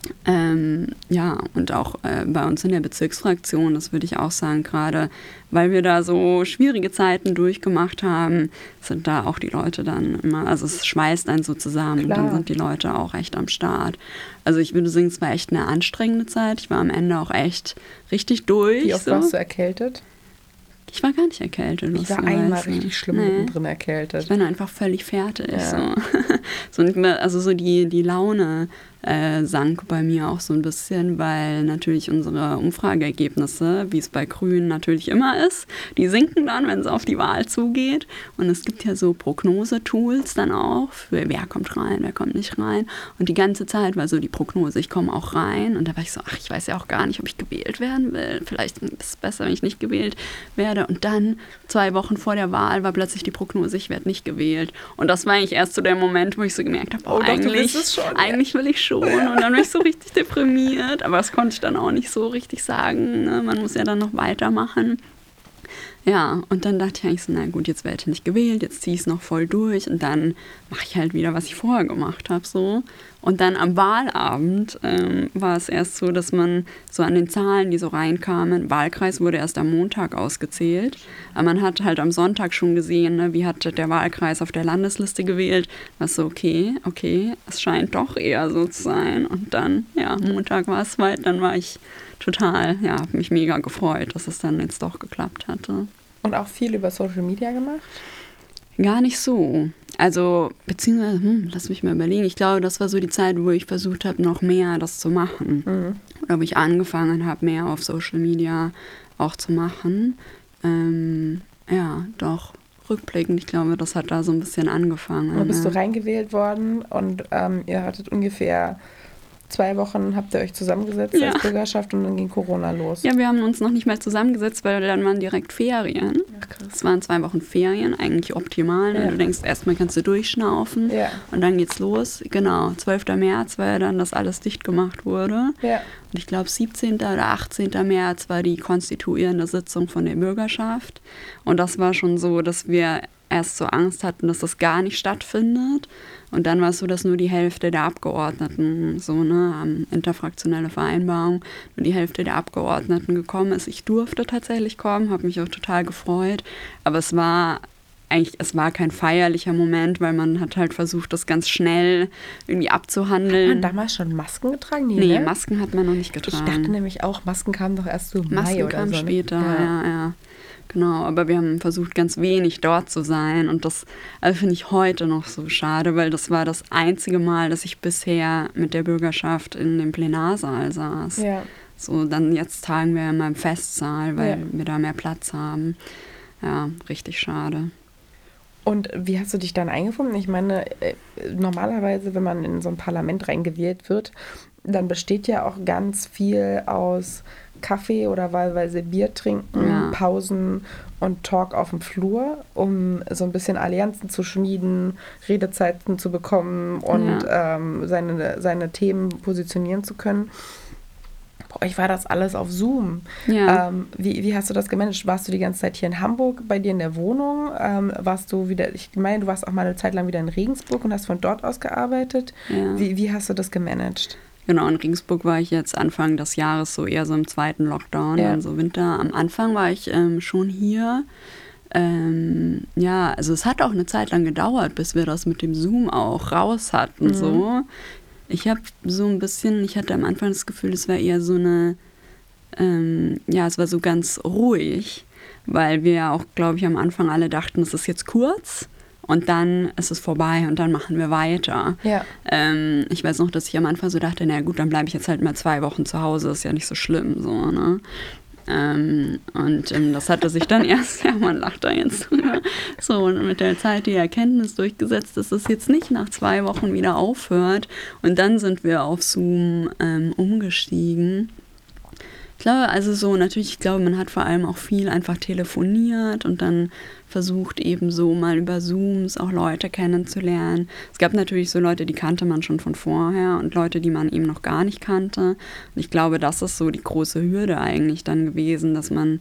Speaker 1: Ähm, ja, und auch äh, bei uns in der Bezirksfraktion, das würde ich auch sagen, gerade weil wir da so schwierige Zeiten durchgemacht haben, sind da auch die Leute dann immer, also es schweißt einen so zusammen,
Speaker 3: Klar.
Speaker 1: und dann sind die Leute auch echt am Start. Also ich würde sagen, es war echt eine anstrengende Zeit. Ich war am Ende auch echt richtig durch.
Speaker 3: Wie oft
Speaker 1: so.
Speaker 3: warst du erkältet?
Speaker 1: Ich war gar nicht erkältet.
Speaker 3: Ich war einmal richtig schlimm
Speaker 1: nee.
Speaker 3: mittendrin erkältet.
Speaker 1: Ich war einfach völlig fertig.
Speaker 3: Ja.
Speaker 1: So. so nicht mehr, also so die, die Laune äh, sank bei mir auch so ein bisschen, weil natürlich unsere Umfrageergebnisse, wie es bei Grünen natürlich immer ist, die sinken dann, wenn es auf die Wahl zugeht. Und es gibt ja so Prognose-Tools dann auch, für wer kommt rein, wer kommt nicht rein. Und die ganze Zeit war so die Prognose, ich komme auch rein. Und da war ich so, ach, ich weiß ja auch gar nicht, ob ich gewählt werden will. Vielleicht ist es besser, wenn ich nicht gewählt werde. Und dann, zwei Wochen vor der Wahl, war plötzlich die Prognose, ich werde nicht gewählt. Und das war eigentlich erst so der Moment, wo ich so gemerkt habe, oh,
Speaker 3: Oh doch,
Speaker 1: eigentlich,
Speaker 3: du willst es schon,
Speaker 1: eigentlich will ich schon. Und dann war ich so richtig deprimiert. Aber das konnte ich dann auch nicht so richtig sagen. Ne? Man muss ja dann noch weitermachen. Ja, und dann dachte ich eigentlich so, na gut, jetzt werde ich nicht gewählt, jetzt ziehe ich es noch voll durch und dann mache ich halt wieder, was ich vorher gemacht habe, so. Und dann am Wahlabend ähm, war es erst so, dass man so an den Zahlen, die so reinkamen, Wahlkreis wurde erst am Montag ausgezählt, aber man hat halt am Sonntag schon gesehen, ne, wie hat der Wahlkreis auf der Landesliste gewählt, was so, okay, okay, es scheint doch eher so zu sein. Und dann, ja, Montag war es weit, dann war ich total, ja, habe mich mega gefreut, dass es dann jetzt doch geklappt hatte.
Speaker 3: Und auch viel über Social Media gemacht?
Speaker 1: Gar nicht so. Also, beziehungsweise, hm, lass mich mal überlegen. Ich glaube, das war so die Zeit, wo ich versucht habe, noch mehr das zu machen.
Speaker 3: Mhm.
Speaker 1: Oder wo ich angefangen habe, mehr auf Social Media auch zu machen. Ähm, ja, doch. Rückblickend, ich glaube, das hat da so ein bisschen angefangen.
Speaker 3: Und dann bist
Speaker 1: ja.
Speaker 3: du reingewählt worden und ähm, ihr hattet ungefähr zwei Wochen, habt ihr euch zusammengesetzt
Speaker 1: Ja.
Speaker 3: als Bürgerschaft und dann ging Corona los.
Speaker 1: Ja, wir haben uns noch nicht mal zusammengesetzt, weil dann waren direkt Ferien.
Speaker 3: Ach, krass.
Speaker 1: Es waren zwei Wochen Ferien, eigentlich optimal. Ne?
Speaker 3: Ja.
Speaker 1: Du denkst, erstmal kannst du durchschnaufen
Speaker 3: Ja.
Speaker 1: und dann geht's los. Genau, zwölfter März war ja dann, dass alles dicht gemacht wurde.
Speaker 3: Ja.
Speaker 1: Und ich glaube, siebzehnten oder achtzehnten März war die konstituierende Sitzung von der Bürgerschaft. Und das war schon so, dass wir erst so Angst hatten, dass das gar nicht stattfindet. Und dann war es so, dass nur die Hälfte der Abgeordneten, so, ne, haben interfraktionelle Vereinbarung, nur die Hälfte der Abgeordneten gekommen ist. Ich durfte tatsächlich kommen, habe mich auch total gefreut. Aber es war eigentlich, es war kein feierlicher Moment, weil man hat halt versucht, das ganz schnell irgendwie abzuhandeln.
Speaker 3: Hat man damals schon Masken getragen? Nee,
Speaker 1: Nee,
Speaker 3: ne?
Speaker 1: Masken hat man noch nicht getragen.
Speaker 3: Ich dachte nämlich auch, Masken kamen doch erst so im
Speaker 1: Masken
Speaker 3: Mai oder
Speaker 1: kamen
Speaker 3: so. ne?
Speaker 1: später, ja. ja, genau. Aber wir haben versucht, ganz wenig dort zu sein. Und das also finde ich heute noch so schade, weil das war das einzige Mal, dass ich bisher mit der Bürgerschaft in dem Plenarsaal saß.
Speaker 3: Ja.
Speaker 1: So, dann jetzt tagen wir immer im Festsaal, weil
Speaker 3: Ja.
Speaker 1: wir da mehr Platz haben. Ja, richtig schade.
Speaker 3: Und wie hast du dich dann eingefunden? Ich meine, äh, normalerweise, wenn man in so ein Parlament reingewählt wird, dann besteht ja auch ganz viel aus Kaffee oder wahlweise Bier trinken,
Speaker 1: Ja.
Speaker 3: Pausen und Talk auf dem Flur, um so ein bisschen Allianzen zu schmieden, Redezeiten zu bekommen und ähm, seine, seine Themen positionieren zu können. Bei euch war das alles auf Zoom.
Speaker 1: Ja.
Speaker 3: Ähm, wie, wie hast du das gemanagt? Warst du die ganze Zeit hier in Hamburg bei dir in der Wohnung? Ähm, warst du wieder, ich meine, du warst auch mal eine Zeit lang wieder in Regensburg und hast von dort aus gearbeitet.
Speaker 1: Ja.
Speaker 3: Wie, wie hast du das gemanagt?
Speaker 1: Genau, in Regensburg war ich jetzt Anfang des Jahres so eher so im zweiten Lockdown,
Speaker 3: Ja.
Speaker 1: also Winter. Am Anfang war ich ähm, schon hier. Ähm, ja, also es hat auch eine Zeit lang gedauert, bis wir das mit dem Zoom auch raus hatten.
Speaker 3: Mhm.
Speaker 1: So. Ich habe so ein bisschen, ich hatte am Anfang das Gefühl, es war eher so eine, ähm, ja, es war so ganz ruhig, weil wir ja auch, glaube ich, am Anfang alle dachten, es ist jetzt kurz. Und dann ist es vorbei und dann machen wir weiter.
Speaker 3: Ja.
Speaker 1: Ähm, ich weiß noch, dass ich am Anfang so dachte, na gut, dann bleibe ich jetzt halt mal zwei Wochen zu Hause, ist ja nicht so schlimm, so, ne? Ähm, und ähm, das hatte sich dann erst, ja, man lacht da jetzt drüber, so und mit der Zeit die Erkenntnis durchgesetzt, dass es jetzt nicht nach zwei Wochen wieder aufhört. Und dann sind wir auf Zoom ähm, umgestiegen. Ich glaube, also so, natürlich, ich glaube, man hat vor allem auch viel einfach telefoniert und dann versucht eben so mal über Zooms auch Leute kennenzulernen. Es gab natürlich so Leute, die kannte man schon von vorher und Leute, die man eben noch gar nicht kannte. Und ich glaube, das ist so die große Hürde eigentlich dann gewesen, dass man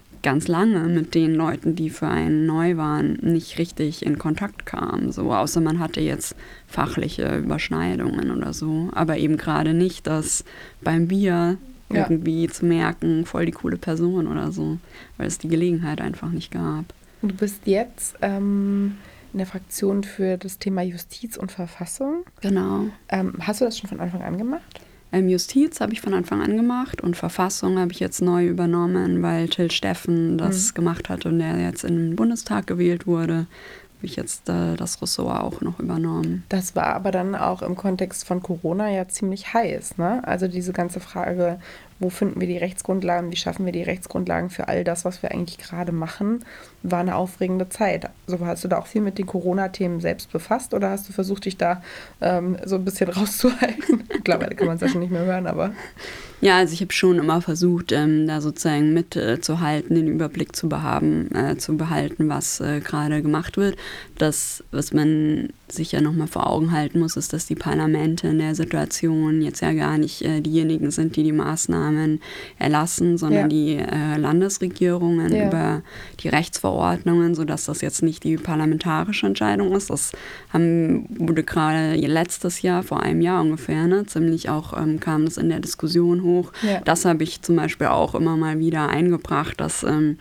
Speaker 1: ganz lange mit den Leuten, die für einen neu waren, nicht richtig in Kontakt kam. So, außer man hatte jetzt fachliche Überschneidungen oder so. Aber eben gerade nicht, dass beim Bier ja. irgendwie zu merken, voll die coole Person oder so. Weil es die Gelegenheit einfach nicht gab.
Speaker 3: Du bist jetzt ähm, in der Fraktion für das Thema Justiz und Verfassung.
Speaker 1: Genau.
Speaker 3: Ähm, hast du das schon von Anfang an gemacht?
Speaker 1: Ähm, Justiz habe ich von Anfang an gemacht und Verfassung habe ich jetzt neu übernommen, weil Till Steffen das mhm. gemacht hat und der jetzt in den Bundestag gewählt wurde, habe ich jetzt äh, das Ressort auch noch übernommen.
Speaker 3: Das war aber dann auch im Kontext von Corona ja ziemlich heiß, ne? Also diese ganze Frage, wo finden wir die Rechtsgrundlagen, wie schaffen wir die Rechtsgrundlagen für all das, was wir eigentlich gerade machen, war eine aufregende Zeit. Also hast du da auch viel mit den Corona-Themen selbst befasst oder hast du versucht, dich da ähm, so ein bisschen rauszuhalten? Mittlerweile kann man es ja schon nicht mehr hören, aber...
Speaker 1: Ja, also ich habe schon immer versucht, ähm, da sozusagen mitzuhalten, äh, den Überblick zu, behaben, äh, zu behalten, was äh, gerade gemacht wird. Das, was man sich ja nochmal vor Augen halten muss, ist, dass die Parlamente in der Situation jetzt ja gar nicht äh, diejenigen sind, die die Maßnahmen erlassen, sondern ja. die äh, Landesregierungen ja. über die Rechtsverordnungen, sodass das jetzt nicht die parlamentarische Entscheidung ist. Das haben, wurde gerade letztes Jahr, vor einem Jahr ungefähr, ne, ziemlich auch ähm, kam das in der Diskussion hoch. Ja. Das habe ich zum Beispiel auch immer mal wieder eingebracht, dass ähm,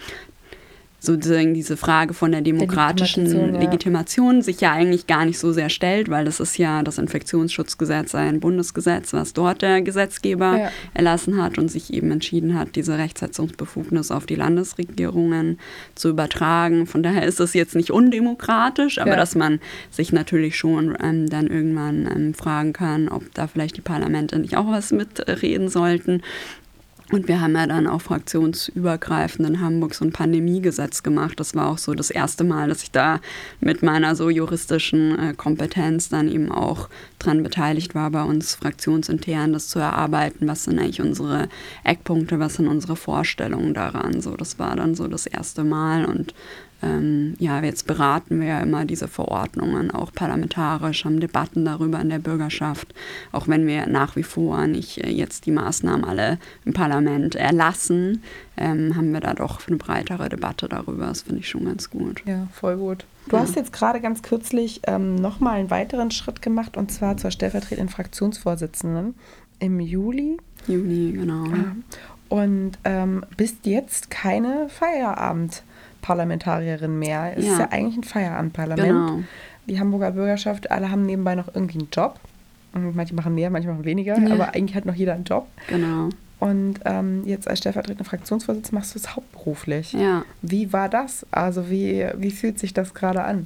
Speaker 1: sozusagen diese Frage von der demokratischen der Legitimation, ja. Legitimation sich ja eigentlich gar nicht so sehr stellt, weil das ist ja das Infektionsschutzgesetz, ein Bundesgesetz, was dort der Gesetzgeber ja. erlassen hat und sich eben entschieden hat, diese Rechtsetzungsbefugnis auf die Landesregierungen zu übertragen. Von daher ist es jetzt nicht undemokratisch, aber ja. dass man sich natürlich schon ähm, dann irgendwann ähm, fragen kann, ob da vielleicht die Parlamente nicht auch was mitreden sollten. Und wir haben ja dann auch fraktionsübergreifend in Hamburg so ein Pandemiegesetz gemacht. Das war auch so das erste Mal, dass ich da mit meiner so juristischen äh, Kompetenz dann eben auch dran beteiligt war, bei uns fraktionsintern das zu erarbeiten. Was sind eigentlich unsere Eckpunkte, was sind unsere Vorstellungen daran? So, das war dann so das erste Mal und Ähm, ja, jetzt beraten wir ja immer diese Verordnungen auch parlamentarisch, haben Debatten darüber in der Bürgerschaft, auch wenn wir nach wie vor nicht äh, jetzt die Maßnahmen alle im Parlament erlassen, ähm, haben wir da doch eine breitere Debatte darüber. Das finde ich schon ganz gut.
Speaker 3: Ja, voll gut. Du ja. hast jetzt gerade ganz kürzlich ähm, nochmal einen weiteren Schritt gemacht und zwar zur stellvertretenden Fraktionsvorsitzenden im Juli.
Speaker 1: Juni, genau.
Speaker 3: Ah. Und ähm, bist jetzt keine Feierabend Parlamentarierin mehr. Es ja. ist ja eigentlich ein Feierabendparlament. Genau. Die Hamburger Bürgerschaft, alle haben nebenbei noch irgendwie einen Job. Und manche machen mehr, manche machen weniger, ja. aber eigentlich hat noch jeder einen Job.
Speaker 1: Genau.
Speaker 3: Und ähm, jetzt als stellvertretende Fraktionsvorsitzende machst du es hauptberuflich.
Speaker 1: Ja.
Speaker 3: Wie war das? Also wie, wie fühlt sich das gerade an?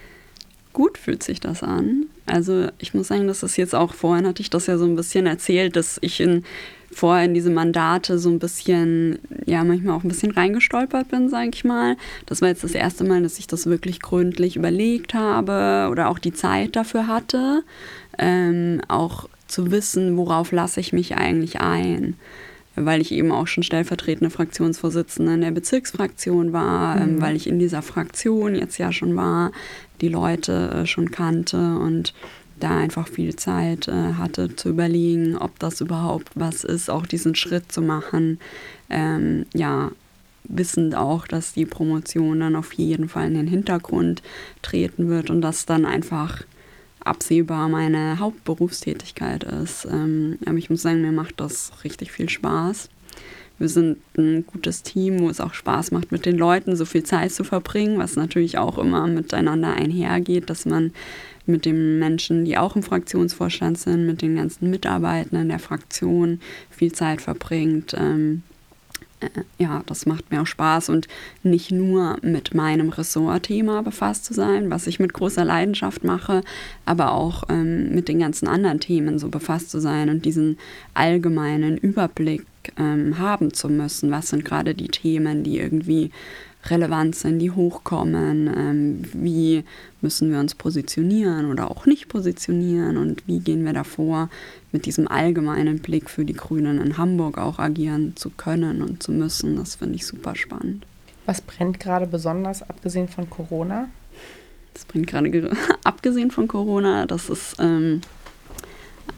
Speaker 1: Gut fühlt sich das an. Also ich muss sagen, dass das jetzt auch, vorhin hatte ich das ja so ein bisschen erzählt, dass ich in vorher in diese Mandate so ein bisschen, ja, manchmal auch ein bisschen reingestolpert bin, sage ich mal. Das war jetzt das erste Mal, dass ich das wirklich gründlich überlegt habe oder auch die Zeit dafür hatte, ähm, auch zu wissen, worauf lasse ich mich eigentlich ein. Weil ich eben auch schon stellvertretende Fraktionsvorsitzende in der Bezirksfraktion war, mhm. ähm, weil ich in dieser Fraktion jetzt ja schon war, die Leute äh, schon kannte und da einfach viel Zeit äh, hatte zu überlegen, ob das überhaupt was ist, auch diesen Schritt zu machen. Ähm, ja, wissend auch, dass die Promotion dann auf jeden Fall in den Hintergrund treten wird und dass dann einfach absehbar meine Hauptberufstätigkeit ist. Ähm, aber ich muss sagen, mir macht das richtig viel Spaß. Wir sind ein gutes Team, wo es auch Spaß macht, mit den Leuten so viel Zeit zu verbringen, was natürlich auch immer miteinander einhergeht, dass man mit den Menschen, die auch im Fraktionsvorstand sind, mit den ganzen Mitarbeitern der Fraktion viel Zeit verbringt. Ähm, äh, ja, das macht mir auch Spaß und nicht nur mit meinem Ressortthema befasst zu sein, was ich mit großer Leidenschaft mache, aber auch ähm, mit den ganzen anderen Themen so befasst zu sein und diesen allgemeinen Überblick ähm, haben zu müssen. Was sind gerade die Themen, die irgendwie relevant sind, die hochkommen, ähm, wie müssen wir uns positionieren oder auch nicht positionieren und wie gehen wir davor, mit diesem allgemeinen Blick für die Grünen in Hamburg auch agieren zu können und zu müssen. Das finde ich super spannend.
Speaker 3: Was brennt gerade besonders, abgesehen von Corona?
Speaker 1: Das brennt gerade, abgesehen von Corona, das ist ähm,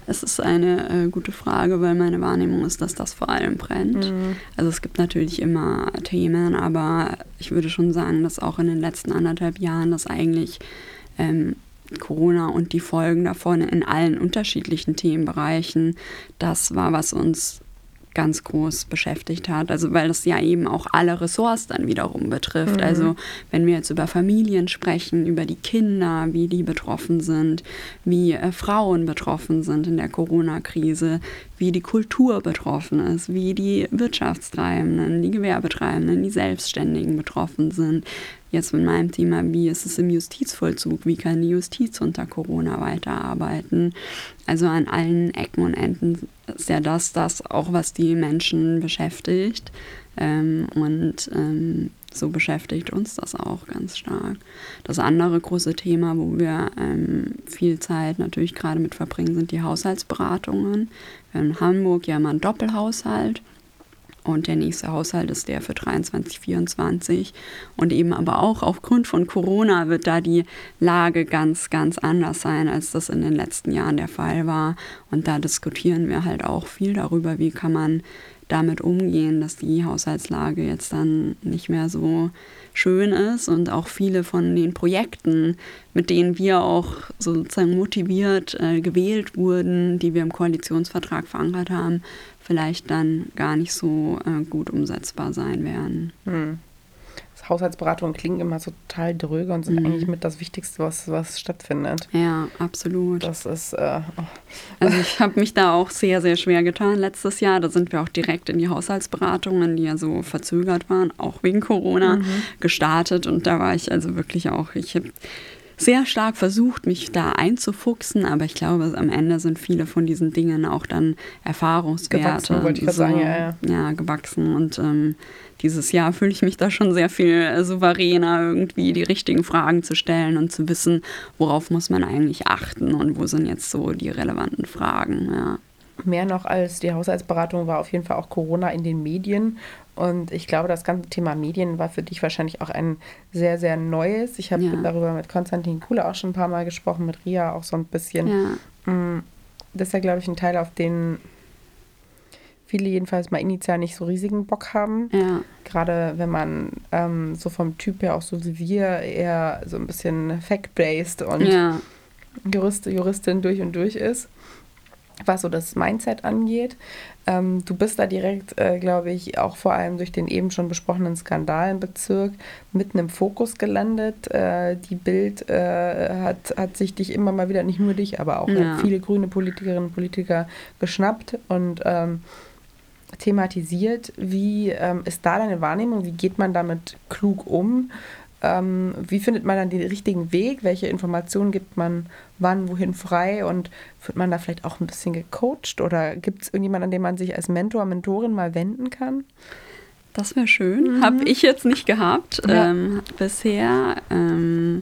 Speaker 1: Es ist eine äh, gute Frage, weil meine Wahrnehmung ist, dass das vor allem brennt. Mhm. Also es gibt natürlich immer Themen, aber ich würde schon sagen, dass auch in den letzten anderthalb Jahren das eigentlich ähm, Corona und die Folgen davon in allen unterschiedlichen Themenbereichen, das war, was uns ganz groß beschäftigt hat. Also weil das ja eben auch alle Ressorts dann wiederum betrifft. Mhm. Also wenn wir jetzt über Familien sprechen, über die Kinder, wie die betroffen sind, wie äh, Frauen betroffen sind in der Corona-Krise, wie die Kultur betroffen ist, wie die Wirtschaftstreibenden, die Gewerbetreibenden, die Selbstständigen betroffen sind. Jetzt mit meinem Thema, wie ist es im Justizvollzug, wie kann die Justiz unter Corona weiterarbeiten? Also an allen Ecken und Enden ist ja das, das auch, was die Menschen beschäftigt. Ähm, und ähm, so beschäftigt uns das auch ganz stark. Das andere große Thema, wo wir ähm, viel Zeit natürlich gerade mit verbringen, sind die Haushaltsberatungen. Wir haben in Hamburg ja mal einen Doppelhaushalt. Und der nächste Haushalt ist der für dreiundzwanzig, vierundzwanzig. Und eben aber auch aufgrund von Corona wird da die Lage ganz, ganz anders sein, als das in den letzten Jahren der Fall war. Und da diskutieren wir halt auch viel darüber, wie kann man damit umgehen, dass die Haushaltslage jetzt dann nicht mehr so schön ist und auch viele von den Projekten, mit denen wir auch sozusagen motiviert äh, gewählt wurden, die wir im Koalitionsvertrag verankert haben, vielleicht dann gar nicht so äh, gut umsetzbar sein werden.
Speaker 3: Hm. Haushaltsberatungen klingen immer so total dröge und sind mhm. eigentlich mit das Wichtigste, was, was stattfindet.
Speaker 1: Ja, absolut.
Speaker 3: Das ist... Äh, oh.
Speaker 1: Also ich habe mich da auch sehr, sehr schwer getan letztes Jahr. Da sind wir auch direkt in die Haushaltsberatungen, die ja so verzögert waren, auch wegen Corona, mhm. gestartet. Und da war ich also wirklich auch... Ich habe sehr stark versucht, mich da einzufuchsen, aber ich glaube, am Ende sind viele von diesen Dingen auch dann Erfahrungswerte.
Speaker 3: Gewachsen, wollte ich so, sagen, ja, ja.
Speaker 1: Ja, gewachsen und ähm, dieses Jahr fühle ich mich da schon sehr viel souveräner, irgendwie die richtigen Fragen zu stellen und zu wissen, worauf muss man eigentlich achten und wo sind jetzt so die relevanten Fragen, ja.
Speaker 3: Mehr noch als die Haushaltsberatung war auf jeden Fall auch Corona in den Medien. Und ich glaube, das ganze Thema Medien war für dich wahrscheinlich auch ein sehr, sehr neues. Ich habe ja. darüber mit Konstantin Kuhle auch schon ein paar Mal gesprochen, mit Ria auch so ein bisschen. Ja. Das ist ja, glaube ich, ein Teil, auf den viele jedenfalls mal initial nicht so riesigen Bock haben. Ja. Gerade wenn man ähm, so vom Typ her auch so wie wir eher so ein bisschen fact-based und ja. Jurist, Juristin durch und durch ist, was so das Mindset angeht. Ähm, du bist da direkt, äh, glaube ich, auch vor allem durch den eben schon besprochenen Skandal im Bezirk mitten im Fokus gelandet. Äh, die Bild äh, hat, hat sich dich immer mal wieder, nicht nur dich, aber auch ja. viele grüne Politikerinnen und Politiker geschnappt und ähm, thematisiert. Wie ähm, ist da deine Wahrnehmung? Wie geht man damit klug um? Ähm, wie findet man dann den richtigen Weg? Welche Informationen gibt man wann, wohin frei? Und wird man da vielleicht auch ein bisschen gecoacht? Oder gibt es irgendjemanden, an den man sich als Mentor, Mentorin mal wenden kann?
Speaker 1: Das wäre schön. Mhm. Habe ich jetzt nicht gehabt ja. ähm, bisher. Ähm,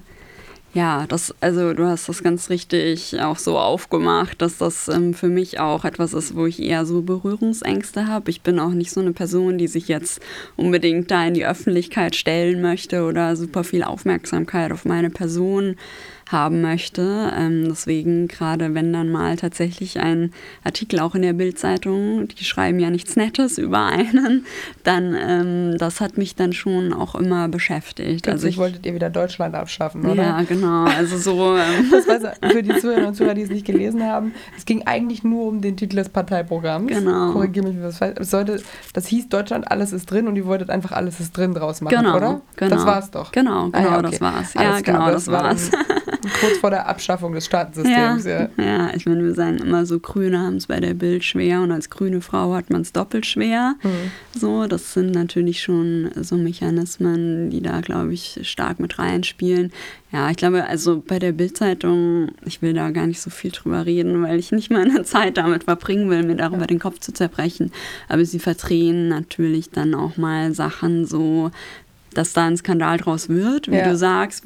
Speaker 1: ja, das, also du hast das ganz richtig auch so aufgemacht, dass das ähm, für mich auch etwas ist, wo ich eher so Berührungsängste habe. Ich bin auch nicht so eine Person, die sich jetzt unbedingt da in die Öffentlichkeit stellen möchte oder super viel Aufmerksamkeit auf meine Person haben möchte. Ähm, deswegen, gerade wenn dann mal tatsächlich ein Artikel auch in der Bild-Zeitung, die schreiben ja nichts Nettes über einen, dann ähm, das hat mich dann schon auch immer beschäftigt.
Speaker 3: Plötzlich also ich, wolltet ihr wieder Deutschland abschaffen, oder?
Speaker 1: Ja, genau. Also so. Ähm
Speaker 3: das weiß ich, für die Zuhörer und Zuhörer, die es nicht gelesen haben, es ging eigentlich nur um den Titel des Parteiprogramms.
Speaker 1: Genau.
Speaker 3: Korrigiere mich, was falsch. Es sollte, das hieß Deutschland, alles ist drin und ihr wolltet einfach alles ist drin draus machen,
Speaker 1: genau,
Speaker 3: oder?
Speaker 1: Genau.
Speaker 3: Das war's doch.
Speaker 1: Genau, genau, ah, ja, okay. das war's. Ja, alles genau, klar, das, das war's.
Speaker 3: War kurz vor der Abschaffung des Staatensystems.
Speaker 1: Ja, ja. ja, ich meine, wir sagen immer so, Grüne haben es bei der Bild schwer und als grüne Frau hat man es doppelt schwer. Mhm. So, das sind natürlich schon so Mechanismen, die da, glaube ich, stark mit reinspielen. Ja, ich glaube, also bei der Bild-Zeitung, ich will da gar nicht so viel drüber reden, weil ich nicht meine Zeit damit verbringen will, mir darüber ja. den Kopf zu zerbrechen. Aber sie verdrehen natürlich dann auch mal Sachen so, dass da ein Skandal draus wird, wie ja. du sagst.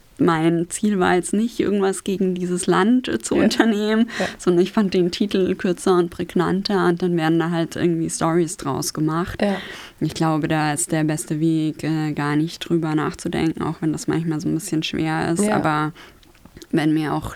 Speaker 1: Mein Ziel war jetzt nicht, irgendwas gegen dieses Land äh, zu ja. unternehmen, ja. sondern ich fand den Titel kürzer und prägnanter und dann werden da halt irgendwie Storys draus gemacht. Ja. Ich glaube, da ist der beste Weg, äh, gar nicht drüber nachzudenken, auch wenn das manchmal so ein bisschen schwer ist. Ja. Aber wenn mir auch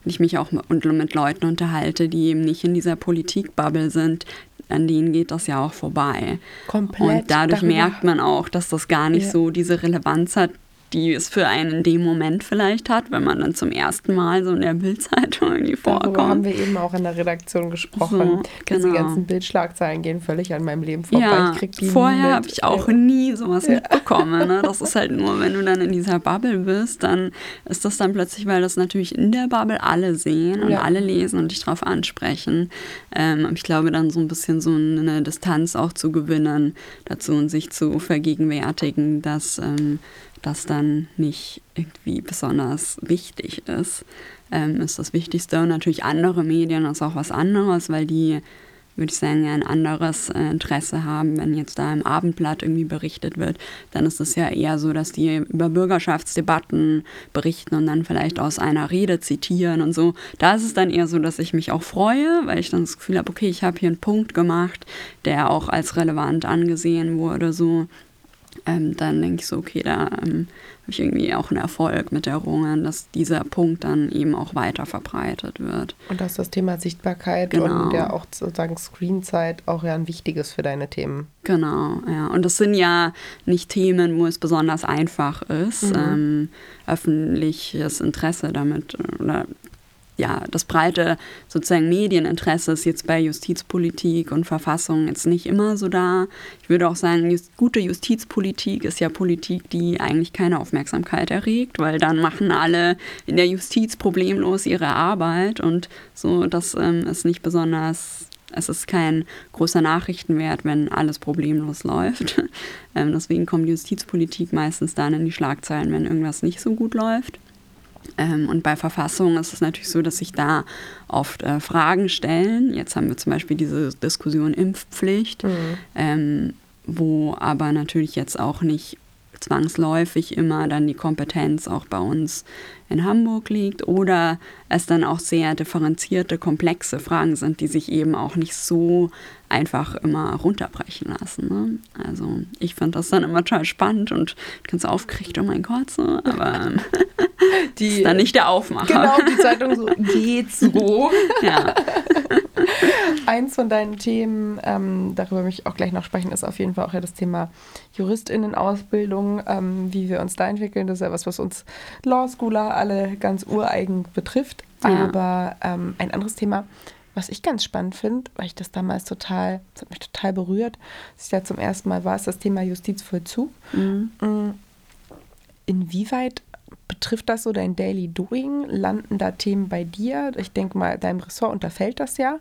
Speaker 1: wenn ich mich auch mit, mit Leuten unterhalte, die eben nicht in dieser Politikbubble sind, an denen geht das ja auch vorbei.
Speaker 3: Komplett.
Speaker 1: Und dadurch
Speaker 3: darüber.
Speaker 1: merkt man auch, dass das gar nicht
Speaker 3: Ja.
Speaker 1: so diese Relevanz hat, die es für einen in dem Moment vielleicht hat, wenn man dann zum ersten Mal so in der Bildzeitung irgendwie vorkommt.
Speaker 3: Darüber haben wir eben auch in der Redaktion gesprochen.
Speaker 1: So,
Speaker 3: Diese
Speaker 1: genau.
Speaker 3: ganzen Bildschlagzeilen gehen völlig an meinem Leben vorbei.
Speaker 1: Ja,
Speaker 3: ich krieg die
Speaker 1: vorher
Speaker 3: nie
Speaker 1: habe
Speaker 3: mit.
Speaker 1: ich auch
Speaker 3: Ja.
Speaker 1: nie sowas mitbekommen. Ne? Das ist halt nur, wenn du dann in dieser Bubble bist, dann ist das dann plötzlich, weil das natürlich in der Bubble alle sehen und
Speaker 3: Ja.
Speaker 1: alle lesen und dich drauf ansprechen. Ähm, ich glaube, dann so ein bisschen so eine Distanz auch zu gewinnen dazu und sich zu vergegenwärtigen, dass ähm, das dann nicht irgendwie besonders wichtig ist, ähm, ist das Wichtigste. Und natürlich andere Medien ist auch was anderes, weil die, würde ich sagen, ja ein anderes äh, Interesse haben. Wenn jetzt da im Abendblatt irgendwie berichtet wird, dann ist es ja eher so, dass die über Bürgerschaftsdebatten berichten und dann vielleicht aus einer Rede zitieren und so. Da ist es dann eher so, dass ich mich auch freue, weil ich dann das Gefühl habe, okay, ich habe hier einen Punkt gemacht, der auch als relevant angesehen wurde, so. Ähm, dann denke ich so, okay, da ähm, habe ich irgendwie auch einen Erfolg mit errungen, dass dieser Punkt dann eben auch weiter verbreitet wird.
Speaker 3: Und dass das Thema Sichtbarkeit
Speaker 1: Genau.
Speaker 3: und ja auch sozusagen Screenzeit auch ja ein wichtiges für deine Themen.
Speaker 1: Genau, ja. Und das sind ja nicht Themen, wo es besonders einfach ist,
Speaker 3: Mhm.
Speaker 1: ähm, öffentliches Interesse damit oder ja, das breite sozusagen Medieninteresse ist jetzt bei Justizpolitik und Verfassung jetzt nicht immer so da. Ich würde auch sagen, just, gute Justizpolitik ist ja Politik, die eigentlich keine Aufmerksamkeit erregt, weil dann machen alle in der Justiz problemlos ihre Arbeit und so, das ähm, ist nicht besonders, es ist kein großer Nachrichtenwert, wenn alles problemlos läuft. ähm, deswegen kommt Justizpolitik meistens dann in die Schlagzeilen, wenn irgendwas nicht so gut läuft. Ähm, und bei Verfassung ist es natürlich so, dass sich da oft äh, Fragen stellen. Jetzt haben wir zum Beispiel diese Diskussion Impfpflicht,
Speaker 3: Mhm.
Speaker 1: ähm, wo aber natürlich jetzt auch nicht zwangsläufig immer dann die Kompetenz auch bei uns in Hamburg liegt oder es dann auch sehr differenzierte, komplexe Fragen sind, die sich eben auch nicht so einfach immer runterbrechen lassen. Ne? Also ich fand das dann immer total spannend und ganz aufgeregt, oh mein Gott, so, aber ähm,
Speaker 3: Die,
Speaker 1: ist dann nicht der Aufmacher.
Speaker 3: Genau, die Zeitung so, geht's so.
Speaker 1: Ja.
Speaker 3: Eins von deinen Themen, ähm, darüber möchte ich auch gleich noch sprechen, ist auf jeden Fall auch ja das Thema JuristInnen-Ausbildung, ähm, wie wir uns da entwickeln. Das ist ja was, was uns Law Schooler alle ganz ureigen betrifft.
Speaker 1: Ja.
Speaker 3: Aber ähm, ein anderes Thema, was ich ganz spannend finde, weil ich das damals total, das hat mich total berührt, als ich da zum ersten Mal war, ist das Thema Justizvollzug.
Speaker 1: Mhm.
Speaker 3: Inwieweit betrifft das so dein Daily Doing? Landen da Themen bei dir? Ich denke mal, deinem Ressort unterfällt das ja.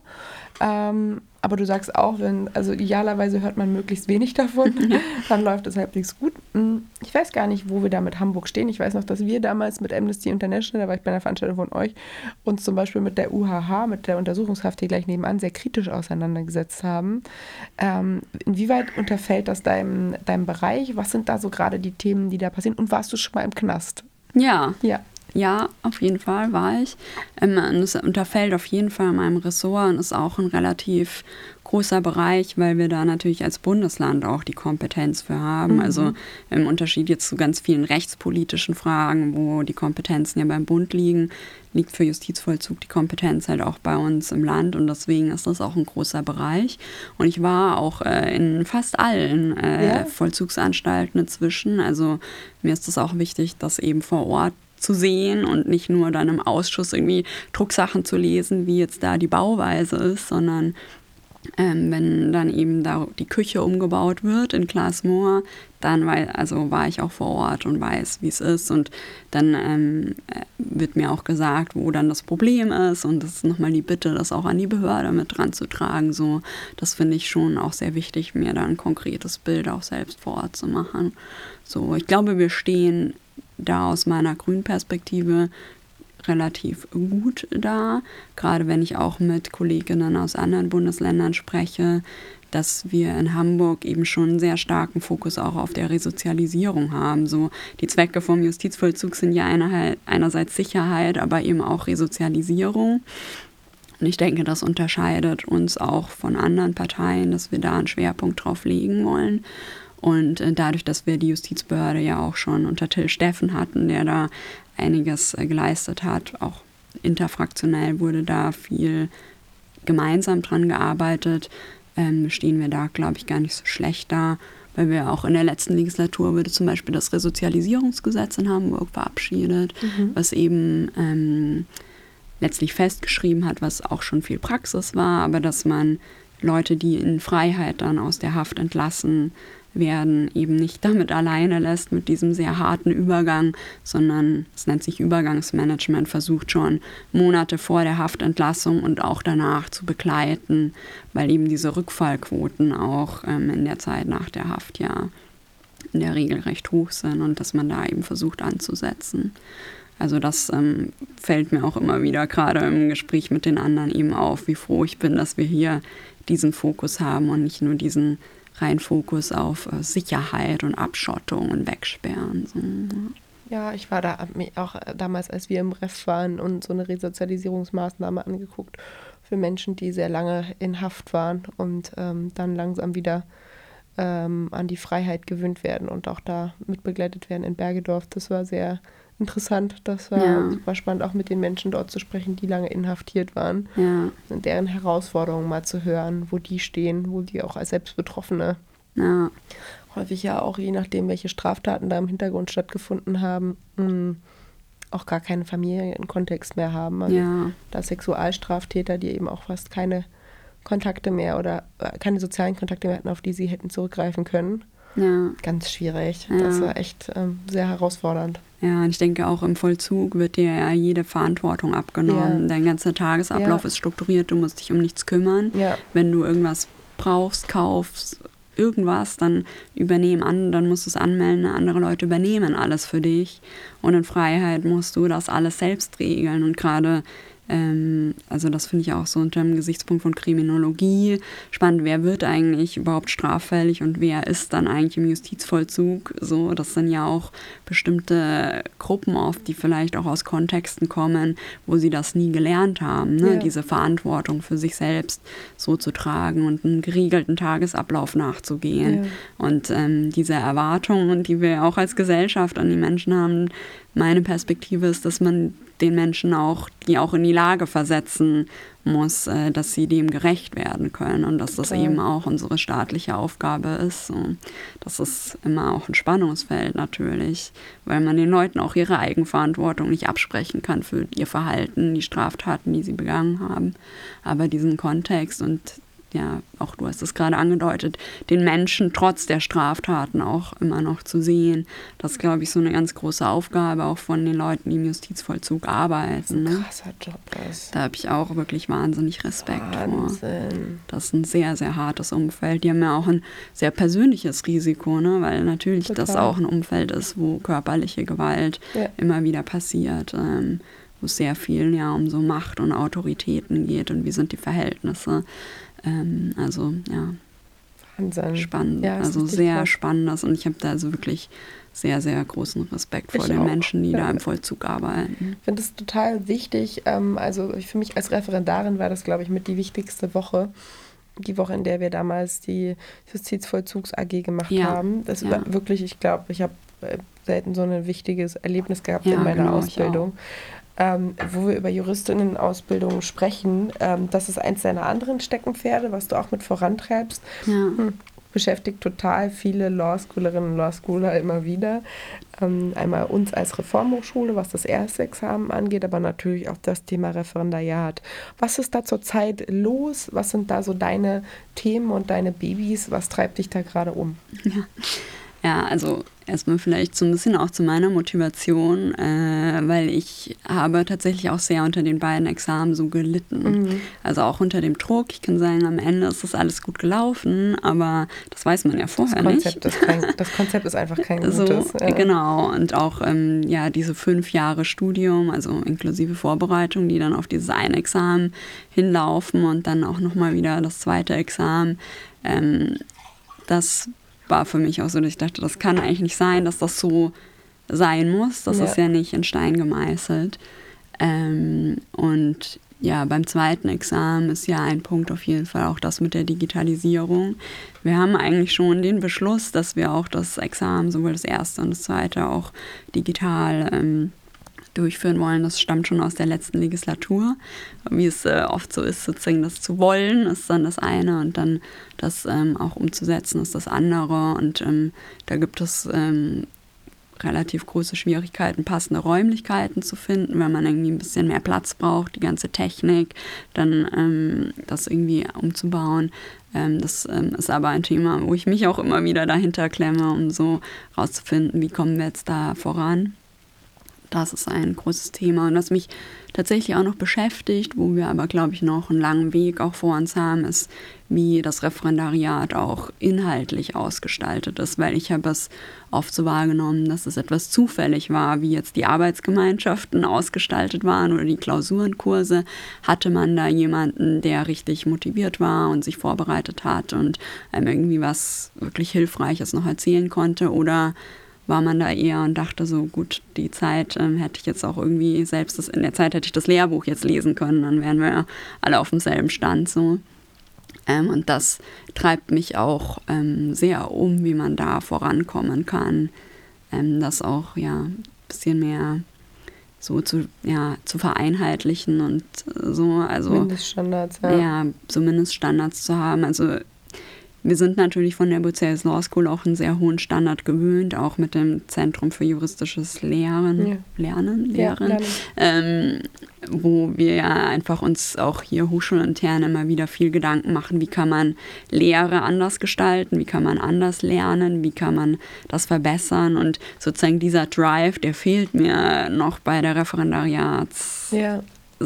Speaker 3: Ähm, aber du sagst auch, wenn, also idealerweise hört man möglichst wenig davon, dann läuft es halbwegs gut. Ich weiß gar nicht, wo wir da mit Hamburg stehen. Ich weiß noch, dass wir damals mit Amnesty International, da war ich bei einer Veranstaltung von euch, uns zum Beispiel mit der U H H, mit der Untersuchungshaft hier gleich nebenan, sehr kritisch auseinandergesetzt haben. Ähm, inwieweit unterfällt das deinem, deinem Bereich? Was sind da so gerade die Themen, die da passieren? Und warst du schon mal im Knast?
Speaker 1: Ja.
Speaker 3: Ja.
Speaker 1: Ja, auf jeden Fall war ich. Ähm, es unterfällt auf jeden Fall meinem Ressort und ist auch ein relativ großer Bereich, weil wir da natürlich als Bundesland auch die Kompetenz für haben. Mhm. Also im Unterschied jetzt zu ganz vielen rechtspolitischen Fragen, wo die Kompetenzen ja beim Bund liegen, liegt für Justizvollzug die Kompetenz halt auch bei uns im Land und deswegen ist das auch ein großer Bereich. Und ich war auch äh, in fast allen äh, ja. Vollzugsanstalten inzwischen. Also mir ist es auch wichtig, dass eben vor Ort zu sehen und nicht nur dann im Ausschuss irgendwie Drucksachen zu lesen, wie jetzt da die Bauweise ist, sondern ähm, wenn dann eben da die Küche umgebaut wird in Klaas-Moor, dann weil, also war ich auch vor Ort und weiß, wie es ist und dann ähm, wird mir auch gesagt, wo dann das Problem ist und das ist nochmal die Bitte, das auch an die Behörde mit dran zu tragen. So, das finde ich schon auch sehr wichtig, mir da ein konkretes Bild auch selbst vor Ort zu machen. So, ich glaube, wir stehen da aus meiner grünen Perspektive relativ gut da, gerade wenn ich auch mit Kolleginnen aus anderen Bundesländern spreche, dass wir in Hamburg eben schon einen sehr starken Fokus auch auf der Resozialisierung haben. So, die Zwecke vom Justizvollzug sind ja eine, einerseits Sicherheit, aber eben auch Resozialisierung. Und ich denke, das unterscheidet uns auch von anderen Parteien, dass wir da einen Schwerpunkt drauf legen wollen. Und dadurch, dass wir die Justizbehörde ja auch schon unter Till Steffen hatten, der da einiges geleistet hat, auch interfraktionell wurde da viel gemeinsam dran gearbeitet. Ähm, stehen wir da, glaube ich, gar nicht so schlecht da, weil wir auch in der letzten Legislatur wurde zum Beispiel das Resozialisierungsgesetz in Hamburg verabschiedet, mhm. was eben ähm, letztlich festgeschrieben hat, was auch schon viel Praxis war, aber dass man Leute, die in Freiheit dann aus der Haft entlassen werden, eben nicht damit alleine lässt, mit diesem sehr harten Übergang, sondern es nennt sich Übergangsmanagement, versucht schon Monate vor der Haftentlassung und auch danach zu begleiten, weil eben diese Rückfallquoten auch ähm, in der Zeit nach der Haft ja in der Regel recht hoch sind und dass man da eben versucht anzusetzen. Also das ähm, fällt mir auch immer wieder gerade im Gespräch mit den anderen eben auf, wie froh ich bin, dass wir hier diesen Fokus haben und nicht nur diesen rein Fokus auf äh, Sicherheit und Abschottung und Wegsperren. So,
Speaker 3: ja. ja, ich war da auch damals, als wir im R E F waren und so eine Resozialisierungsmaßnahme angeguckt für Menschen, die sehr lange in Haft waren und ähm, dann langsam wieder ähm, an die Freiheit gewöhnt werden und auch da mitbegleitet werden in Bergedorf. Das war sehr interessant. Das war ja. super spannend, auch mit den Menschen dort zu sprechen, die lange inhaftiert waren.
Speaker 1: Ja.
Speaker 3: Und deren Herausforderungen mal zu hören, wo die stehen, wo die auch als Selbstbetroffene
Speaker 1: ja.
Speaker 3: häufig ja auch, je nachdem, welche Straftaten da im Hintergrund stattgefunden haben, mh, auch gar keinen Familienkontext mehr haben. Also
Speaker 1: ja.
Speaker 3: da Sexualstraftäter, die eben auch fast keine Kontakte mehr oder äh, keine sozialen Kontakte mehr hatten, auf die sie hätten zurückgreifen können.
Speaker 1: Ja.
Speaker 3: Ganz schwierig.
Speaker 1: Ja.
Speaker 3: Das war echt ähm, sehr herausfordernd.
Speaker 1: Ja, und ich denke auch im Vollzug wird dir ja jede Verantwortung abgenommen.
Speaker 3: Ja.
Speaker 1: Dein ganzer Tagesablauf
Speaker 3: Ja.
Speaker 1: ist strukturiert, du musst dich um nichts kümmern.
Speaker 3: Ja.
Speaker 1: Wenn du irgendwas brauchst, kaufst, irgendwas, dann übernehmen an, dann musst du es anmelden, andere Leute übernehmen alles für dich. Und in Freiheit musst du das alles selbst regeln. Und gerade Ähm, also das finde ich auch so unter dem Gesichtspunkt von Kriminologie spannend, wer wird eigentlich überhaupt straffällig und wer ist dann eigentlich im Justizvollzug so, das sind ja auch bestimmte Gruppen oft, die vielleicht auch aus Kontexten kommen, wo sie das nie gelernt haben, ne?
Speaker 3: Ja.
Speaker 1: Diese Verantwortung für sich selbst so zu tragen und einen geregelten Tagesablauf nachzugehen.
Speaker 3: Ja.
Speaker 1: Und ähm, diese Erwartungen, die wir auch als Gesellschaft an die Menschen haben, meine Perspektive ist, dass man den Menschen auch, die auch in die Lage versetzen muss, äh, dass sie dem gerecht werden können und dass das
Speaker 3: Total.
Speaker 1: eben auch unsere staatliche Aufgabe ist. So. Das ist immer auch ein Spannungsfeld natürlich, weil man den Leuten auch ihre Eigenverantwortung nicht absprechen kann für ihr Verhalten, die Straftaten, die sie begangen haben. Aber diesen Kontext und ja, auch du hast es gerade angedeutet, den Menschen trotz der Straftaten auch immer noch zu sehen. Das ist, glaube ich, so eine ganz große Aufgabe auch von den Leuten, die im Justizvollzug arbeiten. Ne?
Speaker 3: Krasser Job das.
Speaker 1: Da habe ich auch wirklich wahnsinnig Respekt
Speaker 3: Wahnsinn.
Speaker 1: vor. Das ist ein sehr, sehr hartes Umfeld. Die haben ja auch ein sehr persönliches Risiko, ne? Weil natürlich
Speaker 3: Total.
Speaker 1: das auch ein Umfeld ist, wo körperliche Gewalt
Speaker 3: Ja.
Speaker 1: immer wieder passiert. Ähm, wo es sehr viel ja um so Macht und Autoritäten geht und wie sind die Verhältnisse. Ähm, also, ja,
Speaker 3: Wahnsinn.
Speaker 1: spannend.
Speaker 3: Ja, ist
Speaker 1: also
Speaker 3: richtig
Speaker 1: sehr
Speaker 3: krass.
Speaker 1: spannendes und ich habe da also wirklich sehr, sehr großen Respekt vor
Speaker 3: Ich
Speaker 1: den
Speaker 3: auch.
Speaker 1: Menschen, die
Speaker 3: Ja.
Speaker 1: da im Vollzug arbeiten.
Speaker 3: Ich finde es total wichtig. Ähm, also für mich als Referendarin war das, glaube ich, mit die wichtigste Woche. Die Woche, in der wir damals die Justizvollzugs-A G gemacht
Speaker 1: Ja.
Speaker 3: haben. Das
Speaker 1: Ja.
Speaker 3: war wirklich, ich glaube, ich habe äh, selten so ein wichtiges Erlebnis gehabt
Speaker 1: Ja,
Speaker 3: in meiner
Speaker 1: genau, ich
Speaker 3: Ausbildung. Ähm, wo wir über Juristinnen-Ausbildung sprechen. Ähm, das ist eins deiner anderen Steckenpferde, was du auch mit vorantreibst.
Speaker 1: Ja.
Speaker 3: Hm. Beschäftigt total viele Law-Schoolerinnen und Law-Schooler immer wieder. Ähm, einmal uns als Reformhochschule, was das erste Examen angeht, aber natürlich auch das Thema Referendariat. Was ist da zurzeit los? Was sind da so deine Themen und deine Babys? Was treibt dich da gerade um?
Speaker 1: Ja. Ja, also erstmal vielleicht so ein bisschen auch zu meiner Motivation, äh, weil ich habe tatsächlich auch sehr unter den beiden Examen so gelitten.
Speaker 3: Mhm.
Speaker 1: Also auch unter dem Druck. Ich kann sagen, am Ende ist das alles gut gelaufen, aber das weiß man ja vorher
Speaker 3: Das Konzept,
Speaker 1: nicht.
Speaker 3: ist kein, das Konzept ist einfach kein
Speaker 1: So,
Speaker 3: gutes. Ja.
Speaker 1: genau. Und auch ähm, ja, diese fünf Jahre Studium, also inklusive Vorbereitung, die dann auf dieses eine Examen hinlaufen und dann auch nochmal wieder das zweite Examen. Ähm, das war für mich auch so, dass ich dachte, das kann eigentlich nicht sein, dass das so sein muss. Das
Speaker 3: Ja.
Speaker 1: ist ja nicht in Stein gemeißelt. Ähm, und ja, beim zweiten Examen ist ja ein Punkt auf jeden Fall auch das mit der Digitalisierung. Wir haben eigentlich schon den Beschluss, dass wir auch das Examen, sowohl das erste und das zweite, auch digital ähm, durchführen wollen. Das stammt schon aus der letzten Legislatur. Wie es äh, oft so ist, sozusagen das zu wollen, ist dann das eine und dann das ähm, auch umzusetzen ist das andere. Und ähm, da gibt es ähm, relativ große Schwierigkeiten, passende Räumlichkeiten zu finden, wenn man irgendwie ein bisschen mehr Platz braucht, die ganze Technik, dann ähm, das irgendwie umzubauen. Ähm, das ähm, ist aber ein Thema, wo ich mich auch immer wieder dahinter klemme, um so rauszufinden, wie kommen wir jetzt da voran. Das ist ein großes Thema und was mich tatsächlich auch noch beschäftigt, wo wir aber, glaube ich, noch einen langen Weg auch vor uns haben, ist, wie das Referendariat auch inhaltlich ausgestaltet ist, weil ich habe es oft so wahrgenommen, dass es etwas zufällig war, wie jetzt die Arbeitsgemeinschaften ausgestaltet waren oder die Klausurenkurse. Hatte man da jemanden, der richtig motiviert war und sich vorbereitet hat und einem irgendwie was wirklich Hilfreiches noch erzählen konnte oder war man da eher und dachte so, gut, die Zeit ähm, hätte ich jetzt auch irgendwie selbst, das, in der Zeit hätte ich das Lehrbuch jetzt lesen können, dann wären wir ja alle auf demselben Stand so. Ähm, und das treibt mich auch ähm, sehr um, wie man da vorankommen kann, ähm, das auch ja ein bisschen mehr so zu, ja, zu vereinheitlichen und so. Also,
Speaker 3: Mindeststandards, ja.
Speaker 1: Ja, so Mindeststandards zu haben, also wir sind natürlich von der Bucerius Law School auch einen sehr hohen Standard gewöhnt, auch mit dem Zentrum für juristisches Lehren, ja. Lernen, Lehren, ja, ähm, wo wir ja einfach uns auch hier hochschulintern immer wieder viel Gedanken machen, wie kann man Lehre anders gestalten, wie kann man anders lernen, wie kann man das verbessern und sozusagen dieser Drive, der fehlt mir noch bei der Referendariats-
Speaker 3: ja.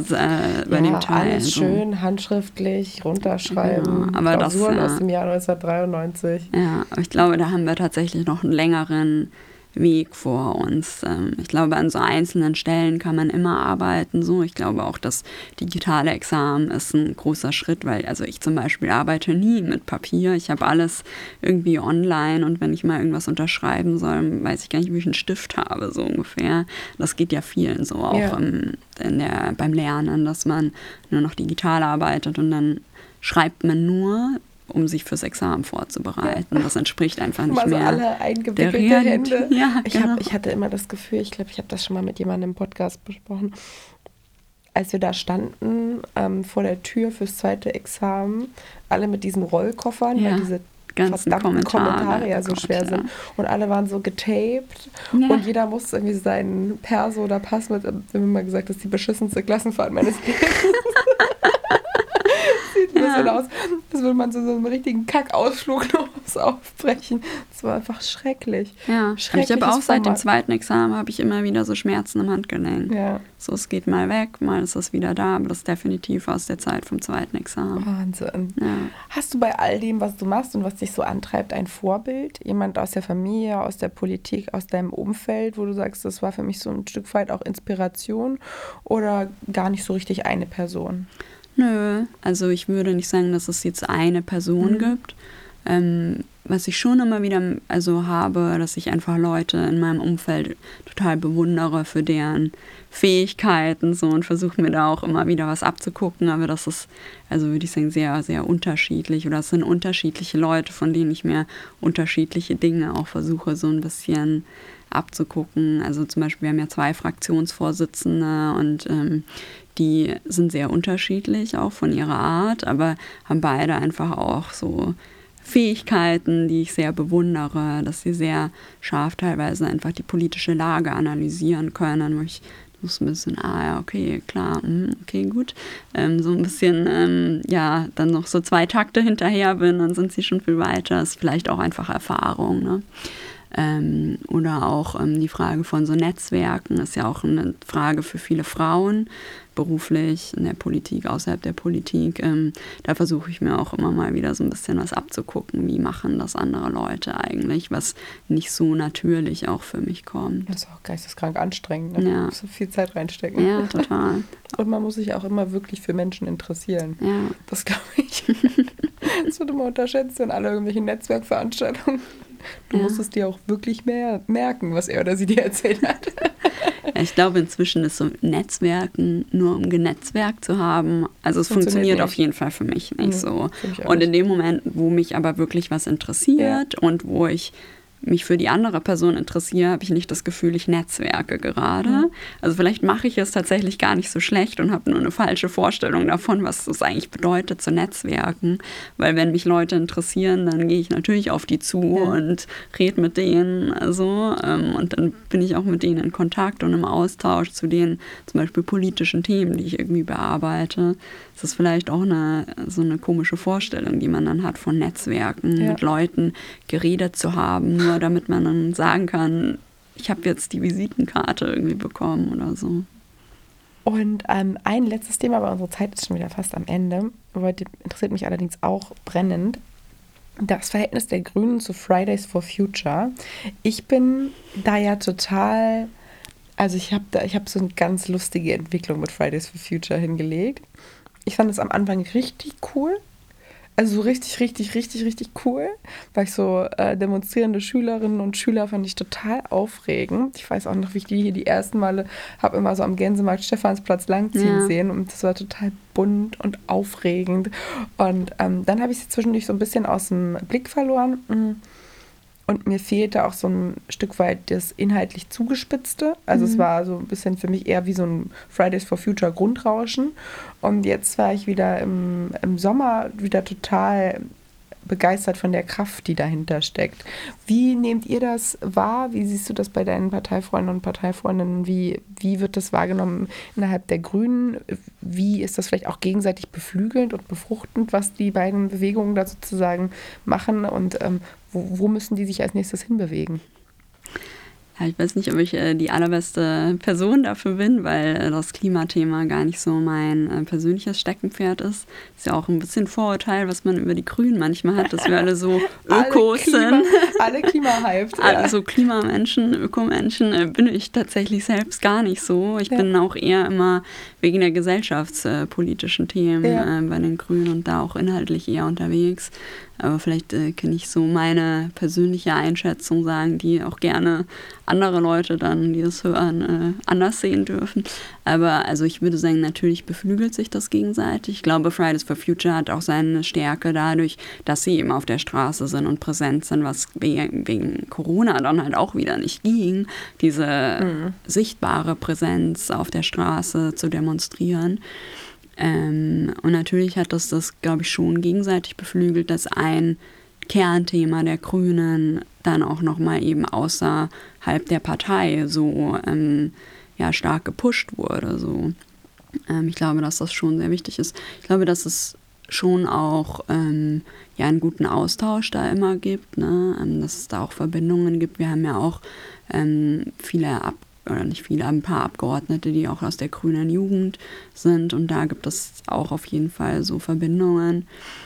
Speaker 1: Äh, bei
Speaker 3: ja,
Speaker 1: dem Teil.
Speaker 3: Alles
Speaker 1: so.
Speaker 3: schön, handschriftlich, runterschreiben,
Speaker 1: ja, aber
Speaker 3: Klausuren
Speaker 1: das, ja.
Speaker 3: aus dem Jahr neunzehnhundertdreiundneunzig.
Speaker 1: Ja, aber ich glaube, da haben wir tatsächlich noch einen längeren Weg vor uns. Ich glaube, an so einzelnen Stellen kann man immer arbeiten. So, ich glaube auch, das digitale Examen ist ein großer Schritt, weil also ich zum Beispiel arbeite nie mit Papier. Ich habe alles irgendwie online und wenn ich mal irgendwas unterschreiben soll, weiß ich gar nicht, wie ich einen Stift habe, so ungefähr. Das geht ja vielen so auch ja. im, in der, beim Lernen, dass man nur noch digital arbeitet und dann schreibt man nur, um sich fürs Examen vorzubereiten. Ja. Das entspricht einfach nicht
Speaker 3: also
Speaker 1: mehr
Speaker 3: alle eingewickelte
Speaker 1: der
Speaker 3: Hände.
Speaker 1: Ja,
Speaker 3: ich,
Speaker 1: genau.
Speaker 3: hab, ich hatte immer das Gefühl, ich glaube, ich habe das schon mal mit jemandem im Podcast besprochen, als wir da standen ähm, vor der Tür fürs zweite Examen, alle mit diesen Rollkoffern,
Speaker 1: ja.
Speaker 3: weil diese
Speaker 1: ganzen
Speaker 3: verdammten
Speaker 1: Kommentare,
Speaker 3: Kommentare ja
Speaker 1: oh
Speaker 3: so
Speaker 1: Gott,
Speaker 3: schwer
Speaker 1: ja.
Speaker 3: sind. Und alle waren so getaped
Speaker 1: ja.
Speaker 3: und jeder musste irgendwie seinen Perso oder Pass mit, wir haben immer gesagt, das ist die beschissenste Klassenfahrt meines Lebens. Sieht ein bisschen ja. aus, als würde man so, so einen richtigen Kackausflug noch aufbrechen. Das war einfach schrecklich.
Speaker 1: Ja, ich habe auch seit dem zweiten Examen habe ich immer wieder so Schmerzen im Handgelenk.
Speaker 3: Ja.
Speaker 1: So, es geht mal weg, mal ist es wieder da, aber das ist definitiv aus der Zeit vom zweiten Examen.
Speaker 3: Wahnsinn.
Speaker 1: Ja.
Speaker 3: Hast du bei all dem, was du machst und was dich so antreibt, ein Vorbild? Jemand aus der Familie, aus der Politik, aus deinem Umfeld, wo du sagst, das war für mich so ein Stück weit auch Inspiration oder gar nicht so richtig eine Person?
Speaker 1: Nö, also ich würde nicht sagen, dass es jetzt eine Person mhm. gibt. Ähm, was ich schon immer wieder also habe, dass ich einfach Leute in meinem Umfeld total bewundere für deren Fähigkeiten so und versuche mir da auch immer wieder was abzugucken. Aber das ist, also würde ich sagen, sehr, sehr unterschiedlich. Oder es sind unterschiedliche Leute, von denen ich mir unterschiedliche Dinge auch versuche, so ein bisschen abzugucken. Also zum Beispiel, wir haben ja zwei Fraktionsvorsitzende und ähm, die sind sehr unterschiedlich, auch von ihrer Art, aber haben beide einfach auch so Fähigkeiten, die ich sehr bewundere, dass sie sehr scharf teilweise einfach die politische Lage analysieren können, wo ich so ein bisschen, ah ja, okay, klar, okay, gut, ähm, so ein bisschen, ähm, ja, dann noch so zwei Takte hinterher bin, dann sind sie schon viel weiter, ist vielleicht auch einfach Erfahrung, ne? Ähm, oder auch ähm, die Frage von so Netzwerken ist ja auch eine Frage für viele Frauen, beruflich, in der Politik, außerhalb der Politik. Ähm, da versuche ich mir auch immer mal wieder so ein bisschen was abzugucken, wie machen das andere Leute eigentlich, was nicht so natürlich auch für mich kommt.
Speaker 3: Das ist auch geisteskrank anstrengend, ne?
Speaker 1: Ja.
Speaker 3: So viel Zeit reinstecken.
Speaker 1: Ja, total.
Speaker 3: Und man muss sich auch immer wirklich für Menschen interessieren.
Speaker 1: Ja.
Speaker 3: Das glaube ich. Das wird immer unterschätzt in alle irgendwelchen Netzwerkveranstaltungen. Du ja. musst es dir auch wirklich mehr merken, was er oder sie dir erzählt hat.
Speaker 1: Ich glaube, inzwischen ist so Netzwerken nur um genetzwerkt zu haben. Also es funktioniert, funktioniert auf jeden Fall für mich nicht mhm, so. Und in dem Moment, wo mich aber wirklich was interessiert ja. und wo ich mich für die andere Person interessiere, habe ich nicht das Gefühl, ich netzwerke gerade. Mhm. Also vielleicht mache ich es tatsächlich gar nicht so schlecht und habe nur eine falsche Vorstellung davon, was es eigentlich bedeutet zu netzwerken. Weil wenn mich Leute interessieren, dann gehe ich natürlich auf die zu ja. und rede mit denen. Also, ähm, und dann bin ich auch mit denen in Kontakt und im Austausch zu den zum Beispiel politischen Themen, die ich irgendwie bearbeite. Das ist vielleicht auch eine, so eine komische Vorstellung, die man dann hat von Netzwerken, ja. mit Leuten geredet zu haben, nur damit man dann sagen kann, ich habe jetzt die Visitenkarte irgendwie bekommen oder so.
Speaker 3: Und ähm, ein letztes Thema, aber unsere Zeit ist schon wieder fast am Ende, heute interessiert mich allerdings auch brennend, das Verhältnis der Grünen zu Fridays for Future. Ich bin da ja total, also ich habe da, ich habe so eine ganz lustige Entwicklung mit Fridays for Future hingelegt. Ich fand es am Anfang richtig cool. Also so richtig, richtig, richtig, richtig cool. Weil ich so äh, demonstrierende Schülerinnen und Schüler fand ich total aufregend. Ich weiß auch noch, wie ich die hier die ersten Male habe immer so am Gänsemarkt Stephansplatz langziehen ja. sehen. Und das war total bunt und aufregend. Und ähm, dann habe ich sie zwischendurch so ein bisschen aus dem Blick verloren. Und mir fehlte auch so ein Stück weit das inhaltlich Zugespitzte. Also mhm. es war so ein bisschen für mich eher wie so ein Fridays for Future Grundrauschen. Und jetzt war ich wieder im, im Sommer wieder total begeistert von der Kraft, die dahinter steckt. Wie nehmt ihr das wahr? Wie siehst du das bei deinen Parteifreunden und Parteifreundinnen? Wie, wie wird das wahrgenommen innerhalb der Grünen? Wie ist das vielleicht auch gegenseitig beflügelnd und befruchtend, was die beiden Bewegungen da sozusagen machen? Und ähm, wo, wo müssen die sich als nächstes hinbewegen?
Speaker 1: Ja, ich weiß nicht, ob ich äh, die allerbeste Person dafür bin, weil äh, das Klimathema gar nicht so mein äh, persönliches Steckenpferd ist. Ist ja auch ein bisschen Vorurteil, was man über die Grünen manchmal hat, dass wir alle so Ökos
Speaker 3: alle Klima,
Speaker 1: sind.
Speaker 3: Alle Klimahyped.
Speaker 1: Alle ja. so Klimamenschen, Ökomenschen äh, bin ich tatsächlich selbst gar nicht so. Ich ja. bin auch eher immer wegen der gesellschaftspolitischen Themen ja. äh, bei den Grünen und da auch inhaltlich eher unterwegs. Aber vielleicht äh, kann ich so meine persönliche Einschätzung sagen, die auch gerne andere Leute dann, die das hören, äh, anders sehen dürfen. Aber also ich würde sagen, natürlich beflügelt sich das gegenseitig. Ich glaube, Fridays for Future hat auch seine Stärke dadurch, dass sie eben auf der Straße sind und präsent sind, was wegen, wegen Corona dann halt auch wieder nicht ging, diese mhm. sichtbare Präsenz auf der Straße zu demonstrieren. Ähm, und natürlich hat das das, glaube ich, schon gegenseitig beflügelt, dass ein Kernthema der Grünen dann auch nochmal eben außerhalb der Partei so ähm, ja, stark gepusht wurde. So. Ähm, ich glaube, dass das schon sehr wichtig ist. Ich glaube, dass es schon auch ähm, ja, einen guten Austausch da immer gibt, ne? ähm, dass es da auch Verbindungen gibt. Wir haben ja auch ähm, viele Ab oder nicht viele, ein paar Abgeordnete, die auch aus der grünen Jugend sind und da gibt es auch auf jeden Fall so Verbindungen.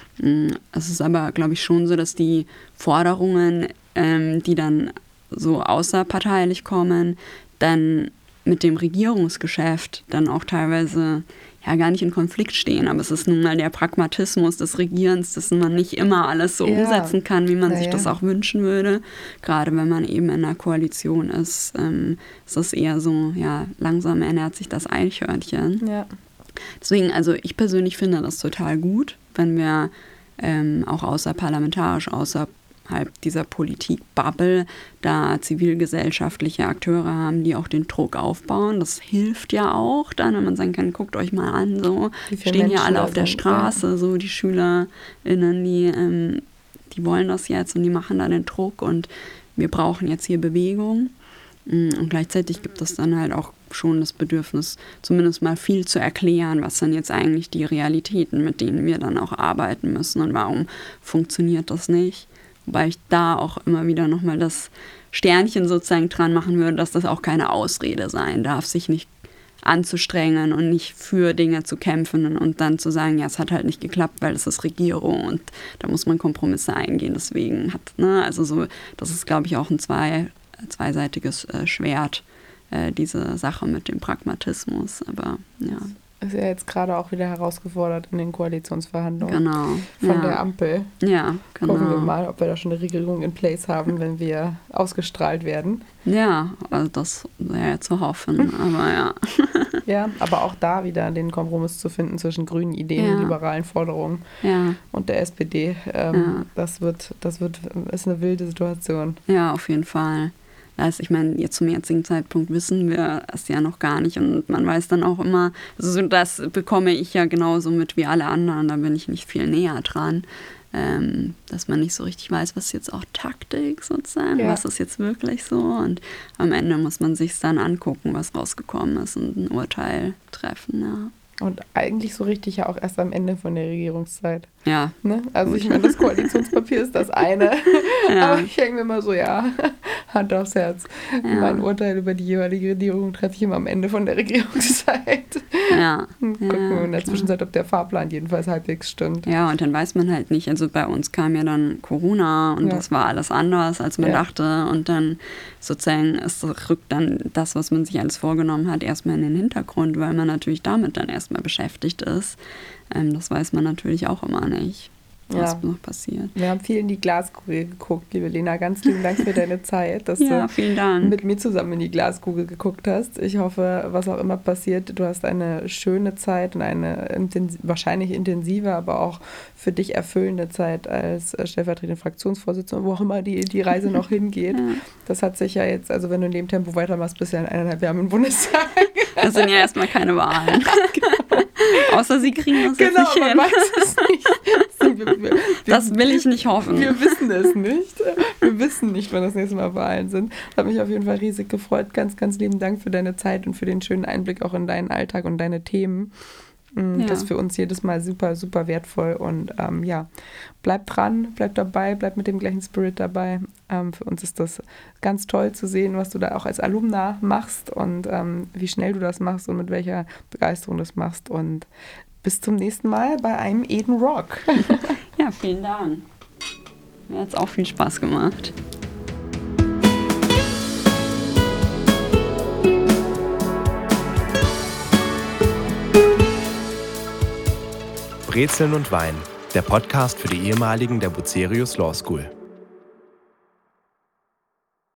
Speaker 1: Es ist aber, glaube ich, schon so, dass die Forderungen, ähm, die dann so außerparteilich kommen, dann mit dem Regierungsgeschäft dann auch teilweise ja gar nicht in Konflikt stehen, aber es ist nun mal der Pragmatismus des Regierens, dass man nicht immer alles so ja. umsetzen kann, wie man Na sich ja. das auch wünschen würde. Gerade wenn man eben in einer Koalition ist, ähm, ist das eher so, ja, langsam ernährt sich das Eichhörnchen. Ja. Deswegen, also ich persönlich finde das total gut, wenn wir ähm, auch außerparlamentarisch, außer dieser Politik-Bubble da zivilgesellschaftliche Akteure haben, die auch den Druck aufbauen. Das hilft ja auch dann, wenn man sagen kann, guckt euch mal an, so stehen Menschen ja alle auf der Straße, ja. so die SchülerInnen, die, ähm, die wollen das jetzt und die machen da den Druck und wir brauchen jetzt hier Bewegung. Und gleichzeitig gibt es dann halt auch schon das Bedürfnis, zumindest mal viel zu erklären, was sind jetzt eigentlich die Realitäten, mit denen wir dann auch arbeiten müssen und warum funktioniert das nicht. Wobei ich da auch immer wieder nochmal das Sternchen sozusagen dran machen würde, dass das auch keine Ausrede sein darf, sich nicht anzustrengen und nicht für Dinge zu kämpfen und dann zu sagen, ja, es hat halt nicht geklappt, weil es ist Regierung und da muss man Kompromisse eingehen. Deswegen hat, ne, also so, das ist, glaube ich, auch ein zwei, zweiseitiges äh, Schwert, äh, diese Sache mit dem Pragmatismus. Aber ja.
Speaker 3: ist ja jetzt gerade auch wieder herausgefordert in den Koalitionsverhandlungen
Speaker 1: Genau.
Speaker 3: von
Speaker 1: ja.
Speaker 3: der Ampel.
Speaker 1: Ja, genau.
Speaker 3: Gucken wir mal, ob wir da schon eine Regelung in place haben, wenn wir ausgestrahlt werden.
Speaker 1: Ja, also das wäre ja zu hoffen, aber ja.
Speaker 3: Ja, aber auch da wieder den Kompromiss zu finden zwischen grünen Ideen
Speaker 1: Ja.
Speaker 3: und liberalen Forderungen
Speaker 1: Ja,
Speaker 3: und der S P D, ähm,
Speaker 1: Ja.
Speaker 3: das wird, das wird, ist eine wilde Situation.
Speaker 1: ja, auf jeden Fall. Das, ich meine, jetzt zum jetzigen Zeitpunkt wissen wir es ja noch gar nicht und man weiß dann auch immer, also das bekomme ich ja genauso mit wie alle anderen, da bin ich nicht viel näher dran, ähm, dass man nicht so richtig weiß, was ist jetzt auch Taktik sozusagen,
Speaker 3: Ja.
Speaker 1: was ist jetzt wirklich so und am Ende muss man sich dann angucken, was rausgekommen ist und ein Urteil treffen, ja.
Speaker 3: Und eigentlich so richtig ja auch erst am Ende von der Regierungszeit.
Speaker 1: Ja,
Speaker 3: Ne? Also ich meine, das Koalitionspapier ist das eine,
Speaker 1: Ja.
Speaker 3: aber ich denke mir immer so, ja, Hand aufs Herz.
Speaker 1: Ja.
Speaker 3: Mein Urteil über die jeweilige Regierung treffe ich immer am Ende von der Regierungszeit.
Speaker 1: ja.
Speaker 3: Gucken
Speaker 1: ja,
Speaker 3: wir in der
Speaker 1: klar.
Speaker 3: Zwischenzeit, ob der Fahrplan jedenfalls halbwegs stimmt.
Speaker 1: Ja, und dann weiß man halt nicht, also bei uns kam ja dann Corona und
Speaker 3: Ja.
Speaker 1: das war alles anders, als man
Speaker 3: Ja.
Speaker 1: dachte und dann sozusagen es rückt dann das, was man sich alles vorgenommen hat, erstmal in den Hintergrund, weil man natürlich damit dann erstmal beschäftigt ist. Ähm, das weiß man natürlich auch immer nicht, was
Speaker 3: Ja.
Speaker 1: noch passiert.
Speaker 3: Wir haben viel in die Glaskugel geguckt, liebe Lena. Ganz lieben Dank für deine Zeit, dass
Speaker 1: Ja,
Speaker 3: du
Speaker 1: vielen Dank.
Speaker 3: mit mir zusammen in die Glaskugel geguckt hast. Ich hoffe, was auch immer passiert, du hast eine schöne Zeit und eine intens- wahrscheinlich intensive, aber auch für dich erfüllende Zeit als äh, stellvertretende Fraktionsvorsitzende, wo auch immer die, die Reise noch hingeht.
Speaker 1: Ja.
Speaker 3: Das hat sich ja jetzt, also wenn du in dem Tempo weitermachst, bist du ja in eineinhalb Jahren im Bundestag.
Speaker 1: Das sind ja erstmal keine Wahlen. Außer sie kriegen das jetzt
Speaker 3: Genau,
Speaker 1: nicht
Speaker 3: man
Speaker 1: hin.
Speaker 3: weiß es nicht. Also wir, wir, wir,
Speaker 1: Das will ich nicht hoffen.
Speaker 3: Wir wissen es nicht. Wir wissen nicht, wann das nächste Mal Wahlen sind. Hat mich auf jeden Fall riesig gefreut. Ganz, ganz lieben Dank für deine Zeit und für den schönen Einblick auch in deinen Alltag und deine Themen.
Speaker 1: Ja.
Speaker 3: Das ist für uns jedes Mal super, super wertvoll. Und ähm, ja, bleib dran, bleib dabei, bleib mit dem gleichen Spirit dabei. Ähm, für uns ist das ganz toll zu sehen, was du da auch als Alumna machst und ähm, wie schnell du das machst und mit welcher Begeisterung du das machst. Und bis zum nächsten Mal bei einem Eden Rock.
Speaker 1: Ja, vielen Dank. Mir hat es auch viel Spaß gemacht.
Speaker 2: Brezeln und Wein, der Podcast für die ehemaligen der Bucerius Law School.